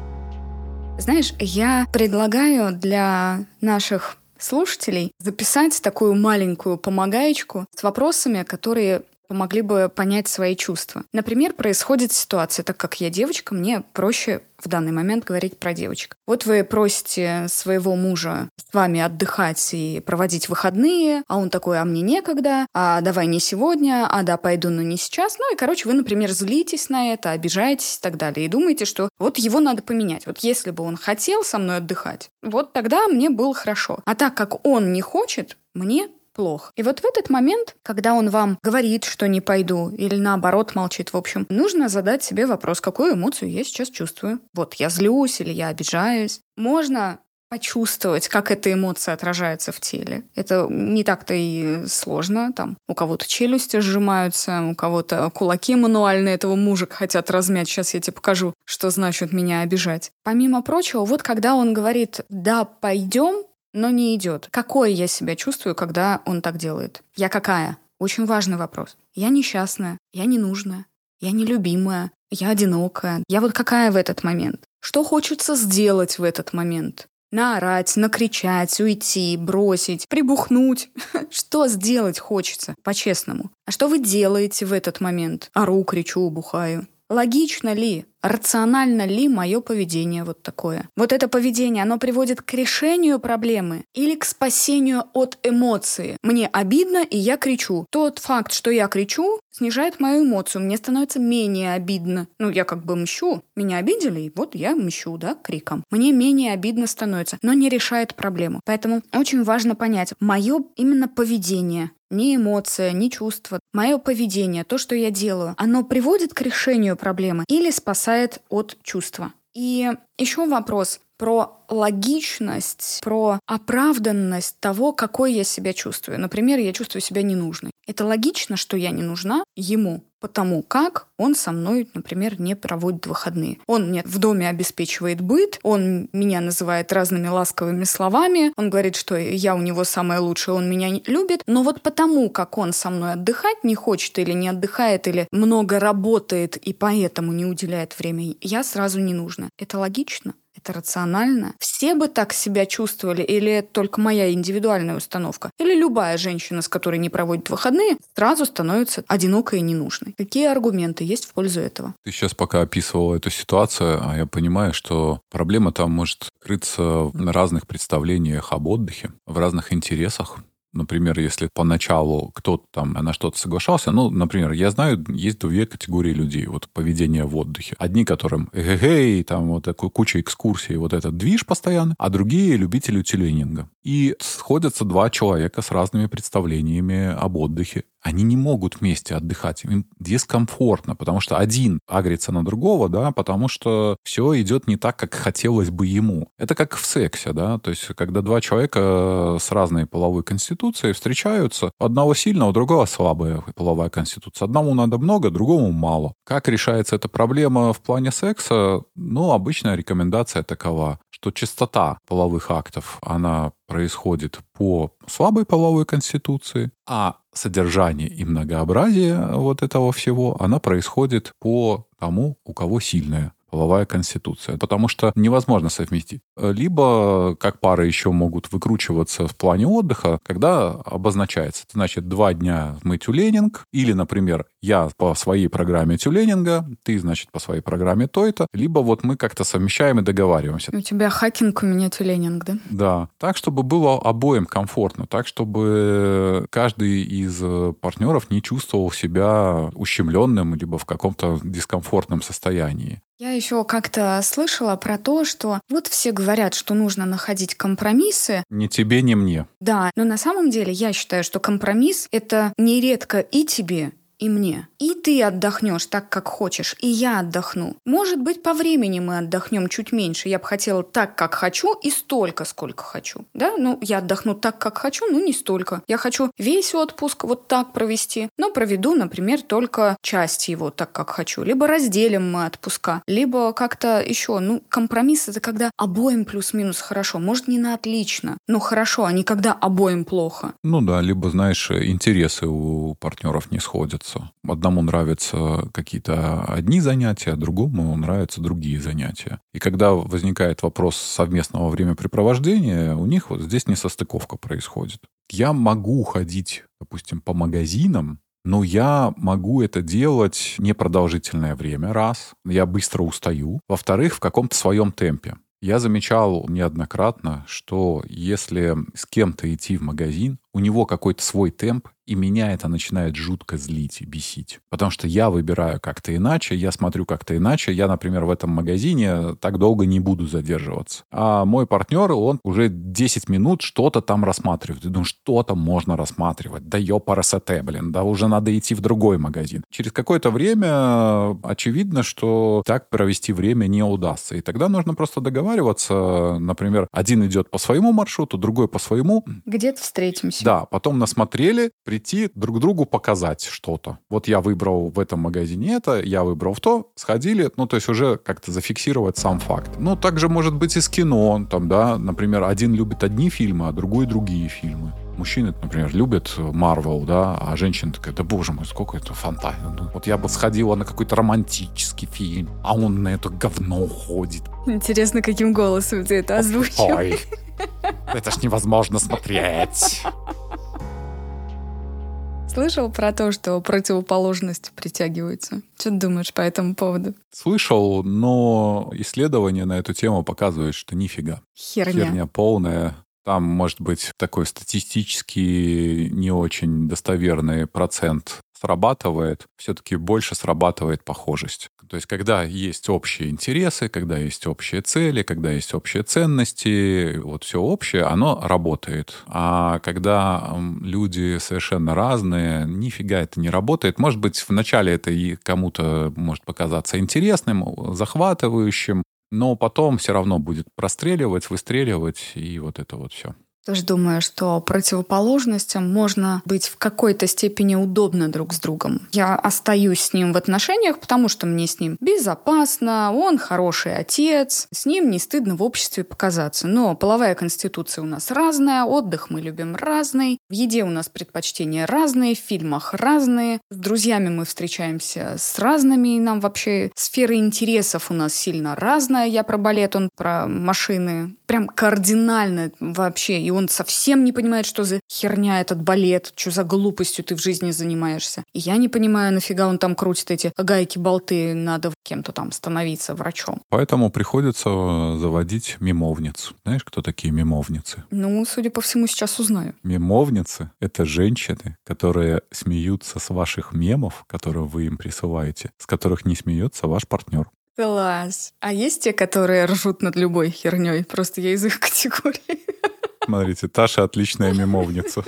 Знаешь, я предлагаю для наших слушателей записать такую маленькую помогаечку с вопросами, которые помогли бы понять свои чувства. Например, происходит ситуация, так как я девочка, мне проще в данный момент говорить про девочек. Вот вы просите своего мужа с вами отдыхать и проводить выходные, а он такой: а мне некогда, а давай не сегодня, а да, пойду, но не сейчас. Ну и, короче, вы, например, злитесь на это, обижаетесь и так далее, и думаете, что вот его надо поменять. Вот если бы он хотел со мной отдыхать, вот тогда мне было хорошо. А так как он не хочет, мне плохо. И вот в этот момент, когда он вам говорит, что не пойду, или наоборот молчит, в общем, нужно задать себе вопрос: какую эмоцию я сейчас чувствую? Вот я злюсь или я обижаюсь. Можно почувствовать, как эта эмоция отражается в теле. Это не так-то и сложно. Там у кого-то челюсти сжимаются, у кого-то кулаки мануально этого мужа хотят размять. Сейчас я тебе покажу, что значит меня обижать. Помимо прочего, вот когда он говорит: да, пойдем, но не идет. Какое я себя чувствую, когда он так делает? Я какая? Очень важный вопрос. Я несчастная, я ненужная, я нелюбимая, я одинокая. Я вот какая в этот момент? Что хочется сделать в этот момент? Наорать, накричать, уйти, бросить, прибухнуть. Что сделать хочется, по-честному? А что вы делаете в этот момент? Ору, кричу, бухаю. Логично ли? рационально ли мое поведение вот такое. Вот это поведение, оно приводит к решению проблемы или к спасению от эмоции. Мне обидно, и я кричу. Тот факт, что я кричу, снижает мою эмоцию. Мне становится менее обидно. Ну, я как бы мщу. Меня обидели, и вот я мщу, да, криком. Мне менее обидно становится, но не решает проблему. Поэтому очень важно понять, мое именно поведение, не эмоция, не чувство, мое поведение, то, что я делаю, оно приводит к решению проблемы или спасает от чувства. И еще вопрос про логичность, про оправданность того, какой я себя чувствую. Например, я чувствую себя ненужной. Это логично, что я не нужна ему, потому как он со мной, например, не проводит выходные. Он мне в доме обеспечивает быт, он меня называет разными ласковыми словами, он говорит, что я у него самая лучшая, он меня не любит, но вот потому, как он со мной отдыхать не хочет или не отдыхает, или много работает и поэтому не уделяет время, я сразу не нужна. Это логично? Это рационально? Все бы так себя чувствовали? Или это только моя индивидуальная установка? Или любая женщина, с которой не проводит выходные, сразу становится одинокой и ненужной? Какие аргументы есть в пользу этого? Ты сейчас пока описывала эту ситуацию, а я понимаю, что проблема там может крыться в разных представлениях об отдыхе, в разных интересах. Например, если поначалу кто-то там на что-то соглашался, ну, например, я знаю, есть две категории людей, вот поведение в отдыхе. Одни, которым эгегей, там вот такой куча экскурсий, вот этот движ постоянно, а другие любители тюленинга. И сходятся два человека с разными представлениями об отдыхе. Они не могут вместе отдыхать, им дискомфортно, потому что один агрится на другого, да, потому что все идет не так, как хотелось бы ему. Это как в сексе, да, то есть когда два человека с разной половой конституцией встречаются, у одного сильная, у другого слабая половая конституция. Одному надо много, другому мало. Как решается эта проблема в плане секса? Ну, обычная рекомендация такова, что частота половых актов, она происходит по слабой половой конституции, а содержание и многообразие вот этого всего, она происходит по тому, у кого сильная половая конституция. Потому что невозможно совместить. Либо, как пары еще могут выкручиваться в плане отдыха, когда обозначается, значит, два дня мы тюленинг, или, например, я по своей программе тюленинга, ты, значит, по своей программе то-то, либо вот мы как-то совмещаем и договариваемся. У тебя хакинг, у меня тюленинг, да? Да. Так, чтобы было обоим комфортно, так, чтобы каждый из партнеров не чувствовал себя ущемленным, либо в каком-то дискомфортном состоянии. Я еще как-то слышала про то, что вот все говорят, что нужно находить компромиссы. Ни тебе, ни мне. Да, но на самом деле я считаю, что компромисс — это нередко и тебе, и мне. И ты отдохнешь так, как хочешь, и я отдохну. Может быть, по времени мы отдохнем чуть меньше. Я бы хотела так, как хочу, и столько, сколько хочу. Да? Ну, я отдохну так, как хочу, ну, не столько. Я хочу весь отпуск вот так провести, но проведу, например, только часть его так, как хочу. Либо разделим мы отпуска, либо как-то еще. Ну, компромисс — это когда обоим плюс-минус хорошо. Может, не на отлично, но хорошо, а не когда обоим плохо. Ну да, либо, знаешь, интересы у партнеров не сходятся. Одному нравятся какие-то одни занятия, а другому нравятся другие занятия. И когда возникает вопрос совместного времяпрепровождения, у них вот здесь несостыковка происходит. Я могу ходить, допустим, по магазинам, но я могу это делать непродолжительное время, раз. Я быстро устаю. Во-вторых, в каком-то своем темпе. Я замечал неоднократно, что если с кем-то идти в магазин, у него какой-то свой темп, и меня это начинает жутко злить и бесить. Потому что я выбираю как-то иначе, я смотрю как-то иначе. Я, например, в этом магазине так долго не буду задерживаться. А мой партнер, он уже десять минут что-то там рассматривает. Я думаю, что там можно рассматривать? Да ёпарасоте, блин, да уже надо идти в другой магазин. Через какое-то время очевидно, что так провести время не удастся. И тогда нужно просто договариваться. Например, один идет по своему маршруту, другой по своему. Где-то встретимся. Да, потом насмотрели, прийти друг другу показать что-то. Вот я выбрал в этом магазине это, я выбрал в то, сходили, ну, то есть уже как-то зафиксировать сам факт. Ну, также может быть и с кино, там, да, например, один любит одни фильмы, а другой другие фильмы. Мужчины, например, любят Марвел, да, а женщина такая, да боже мой, сколько это фантазии. Ну, вот я бы сходила на какой-то романтический фильм, а он на это говно ходит. Интересно, каким голосом ты это озвучил. Ой, это ж невозможно смотреть. Слышал про то, что противоположности притягиваются? Что ты думаешь по этому поводу? Слышал, но исследования на эту тему показывают, что нифига. Херня. Херня полная. Там, может быть, такой статистически не очень достоверный процент срабатывает, все-таки больше срабатывает похожесть. То есть, когда есть общие интересы, когда есть общие цели, когда есть общие ценности, вот все общее, оно работает. А когда люди совершенно разные, нифига это не работает. Может быть, вначале это и кому-то может показаться интересным, захватывающим, но потом все равно будет простреливать, выстреливать, и вот это вот все. Тоже думаю, что противоположностям можно быть в какой-то степени удобно друг с другом. Я остаюсь с ним в отношениях, потому что мне с ним безопасно, он хороший отец, с ним не стыдно в обществе показаться. Но половая конституция у нас разная, отдых мы любим разный, в еде у нас предпочтения разные, в фильмах разные, с друзьями мы встречаемся с разными, и нам вообще сфера интересов у нас сильно разная. Я про балет, он про машины. Прям кардинально вообще. И он совсем не понимает, что за херня этот балет, что за глупостью ты в жизни занимаешься. И я не понимаю, нафига он там крутит эти гайки-болты, надо кем-то там становиться врачом. Поэтому приходится заводить мимовниц. Знаешь, кто такие мимовницы? Ну, судя по всему, сейчас узнаю. Мимовницы — это женщины, которые смеются с ваших мемов, которые вы им присылаете, с которых не смеется ваш партнер. Класс. А есть те, которые ржут над любой херней? Просто я из их категории. Смотрите, Таша отличная мемовница.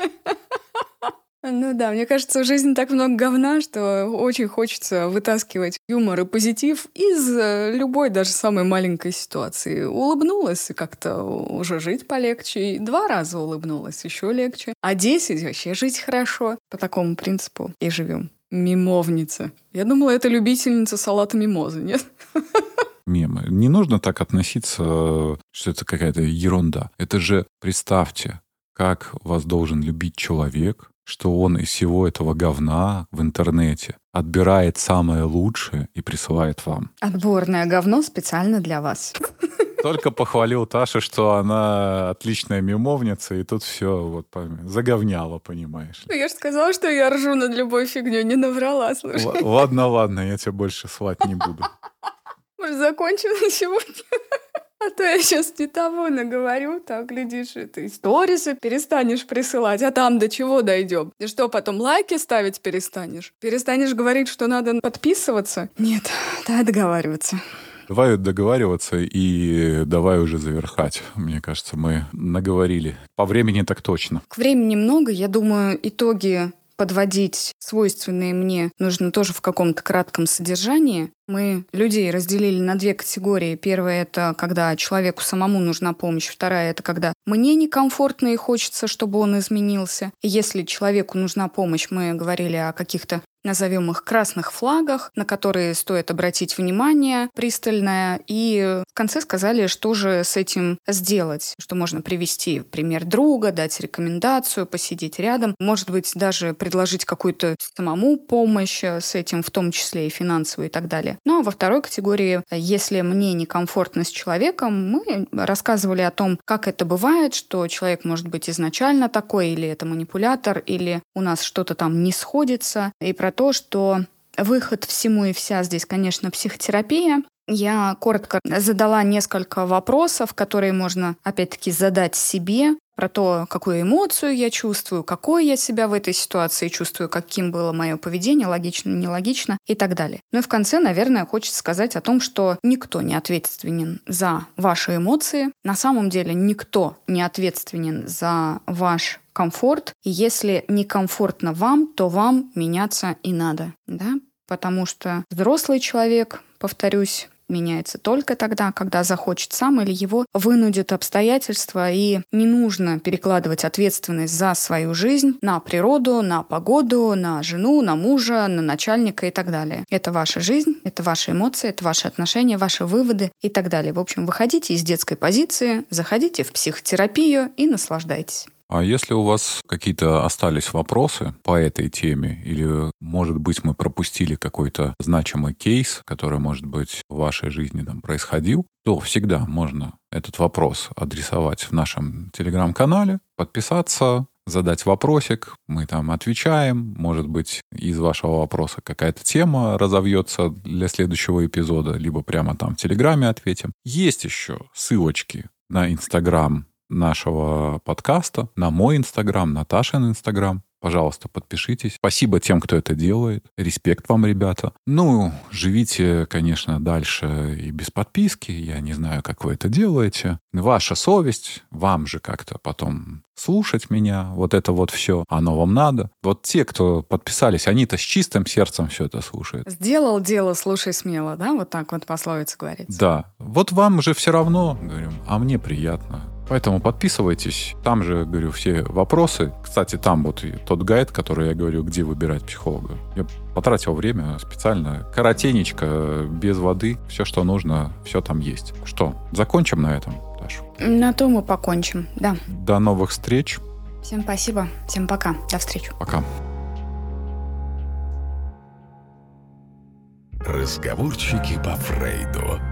Ну да, мне кажется, в жизни так много говна, что очень хочется вытаскивать юмор и позитив из любой, даже самой маленькой ситуации. Улыбнулась, и как-то уже жить полегче. И два раза улыбнулась, еще легче. А десять вообще жить хорошо. По такому принципу и живем. Мимовница. Я думала, это любительница салата мимозы, нет? Мемы. Не нужно так относиться, что это какая-то ерунда. Это же, представьте, как вас должен любить человек, что он из всего этого говна в интернете отбирает самое лучшее и присылает вам. Отборное говно специально для вас. Только похвалил Ташу, что она отличная мемовница, и тут все вот заговняло, понимаешь. Ну, я же сказала, что я ржу над любой фигней, не наврала, слушай. Л- ладно, ладно, я тебя больше слать не буду. Может, закончим на сегодня? А то я сейчас не того наговорю, так, глядишь, и ты сторисы перестанешь присылать, а там до чего дойдем? И что, потом лайки ставить перестанешь? Перестанешь говорить, что надо подписываться? Нет, давай договариваться. Давай договариваться и давай уже завершать. Мне кажется, мы наговорили. По времени так точно. К времени много, я думаю, итоги подводить свойственные мне нужно тоже в каком-то кратком содержании. Мы людей разделили на две категории. Первая — это когда человеку самому нужна помощь. Вторая — это когда мне некомфортно и хочется, чтобы он изменился. И если человеку нужна помощь, мы говорили о каких-то, назовем их, красных флагах, на которые стоит обратить внимание пристальное. И в конце сказали, что же с этим сделать. Что можно привести пример друга, дать рекомендацию, посидеть рядом. Может быть, даже предложить какую-то самому помощь с этим, в том числе и финансовую и так далее. Ну а во второй категории, если мне некомфортно с человеком, мы рассказывали о том, как это бывает, что человек может быть изначально такой, или это манипулятор, или у нас что-то там не сходится, и про то, что выход всему и вся здесь, конечно, психотерапия. Я коротко задала несколько вопросов, которые можно, опять-таки, задать себе, про то, какую эмоцию я чувствую, какой я себя в этой ситуации чувствую, каким было мое поведение, логично, нелогично и так далее. Ну и в конце, наверное, хочется сказать о том, что никто не ответственен за ваши эмоции. На самом деле никто не ответственен за ваш комфорт. И если некомфортно вам, то вам меняться и надо, да? Потому что взрослый человек, повторюсь, меняется только тогда, когда захочет сам или его вынудит обстоятельства, и не нужно перекладывать ответственность за свою жизнь на природу, на погоду, на жену, на мужа, на начальника и так далее. Это ваша жизнь, это ваши эмоции, это ваши отношения, ваши выводы и так далее. В общем, выходите из детской позиции, заходите в психотерапию и наслаждайтесь. А если у вас какие-то остались вопросы по этой теме, или, может быть, мы пропустили какой-то значимый кейс, который, может быть, в вашей жизни там происходил, то всегда можно этот вопрос адресовать в нашем телеграм-канале, подписаться, задать вопросик, мы там отвечаем. Может быть, из вашего вопроса какая-то тема разовьется для следующего эпизода, либо прямо там в Телеграме ответим. Есть еще ссылочки на Инстаграм нашего подкаста, на мой Инстаграм, Наташин Инстаграм. Пожалуйста, подпишитесь. Спасибо тем, кто это делает. Респект вам, ребята. Ну, живите, конечно, дальше и без подписки. Я не знаю, как вы это делаете. Ваша совесть. Вам же как-то потом слушать меня. Вот это вот все. Оно вам надо. Вот те, кто подписались, они-то с чистым сердцем все это слушают. Сделал дело, слушай смело, да? Вот так вот пословица говорится. Да. Вот вам же все равно, говорю, а мне приятно. Поэтому подписывайтесь. Там же, говорю, все вопросы. Кстати, там вот и тот гайд, который я говорю, где выбирать психолога. Я потратил время специально. Коротенечко, без воды. Все, что нужно, все там есть. Что, закончим на этом, Даша? На то мы покончим, да. До новых встреч. Всем спасибо. Всем пока. До встречи. Пока. Разговорчики по Фрейду.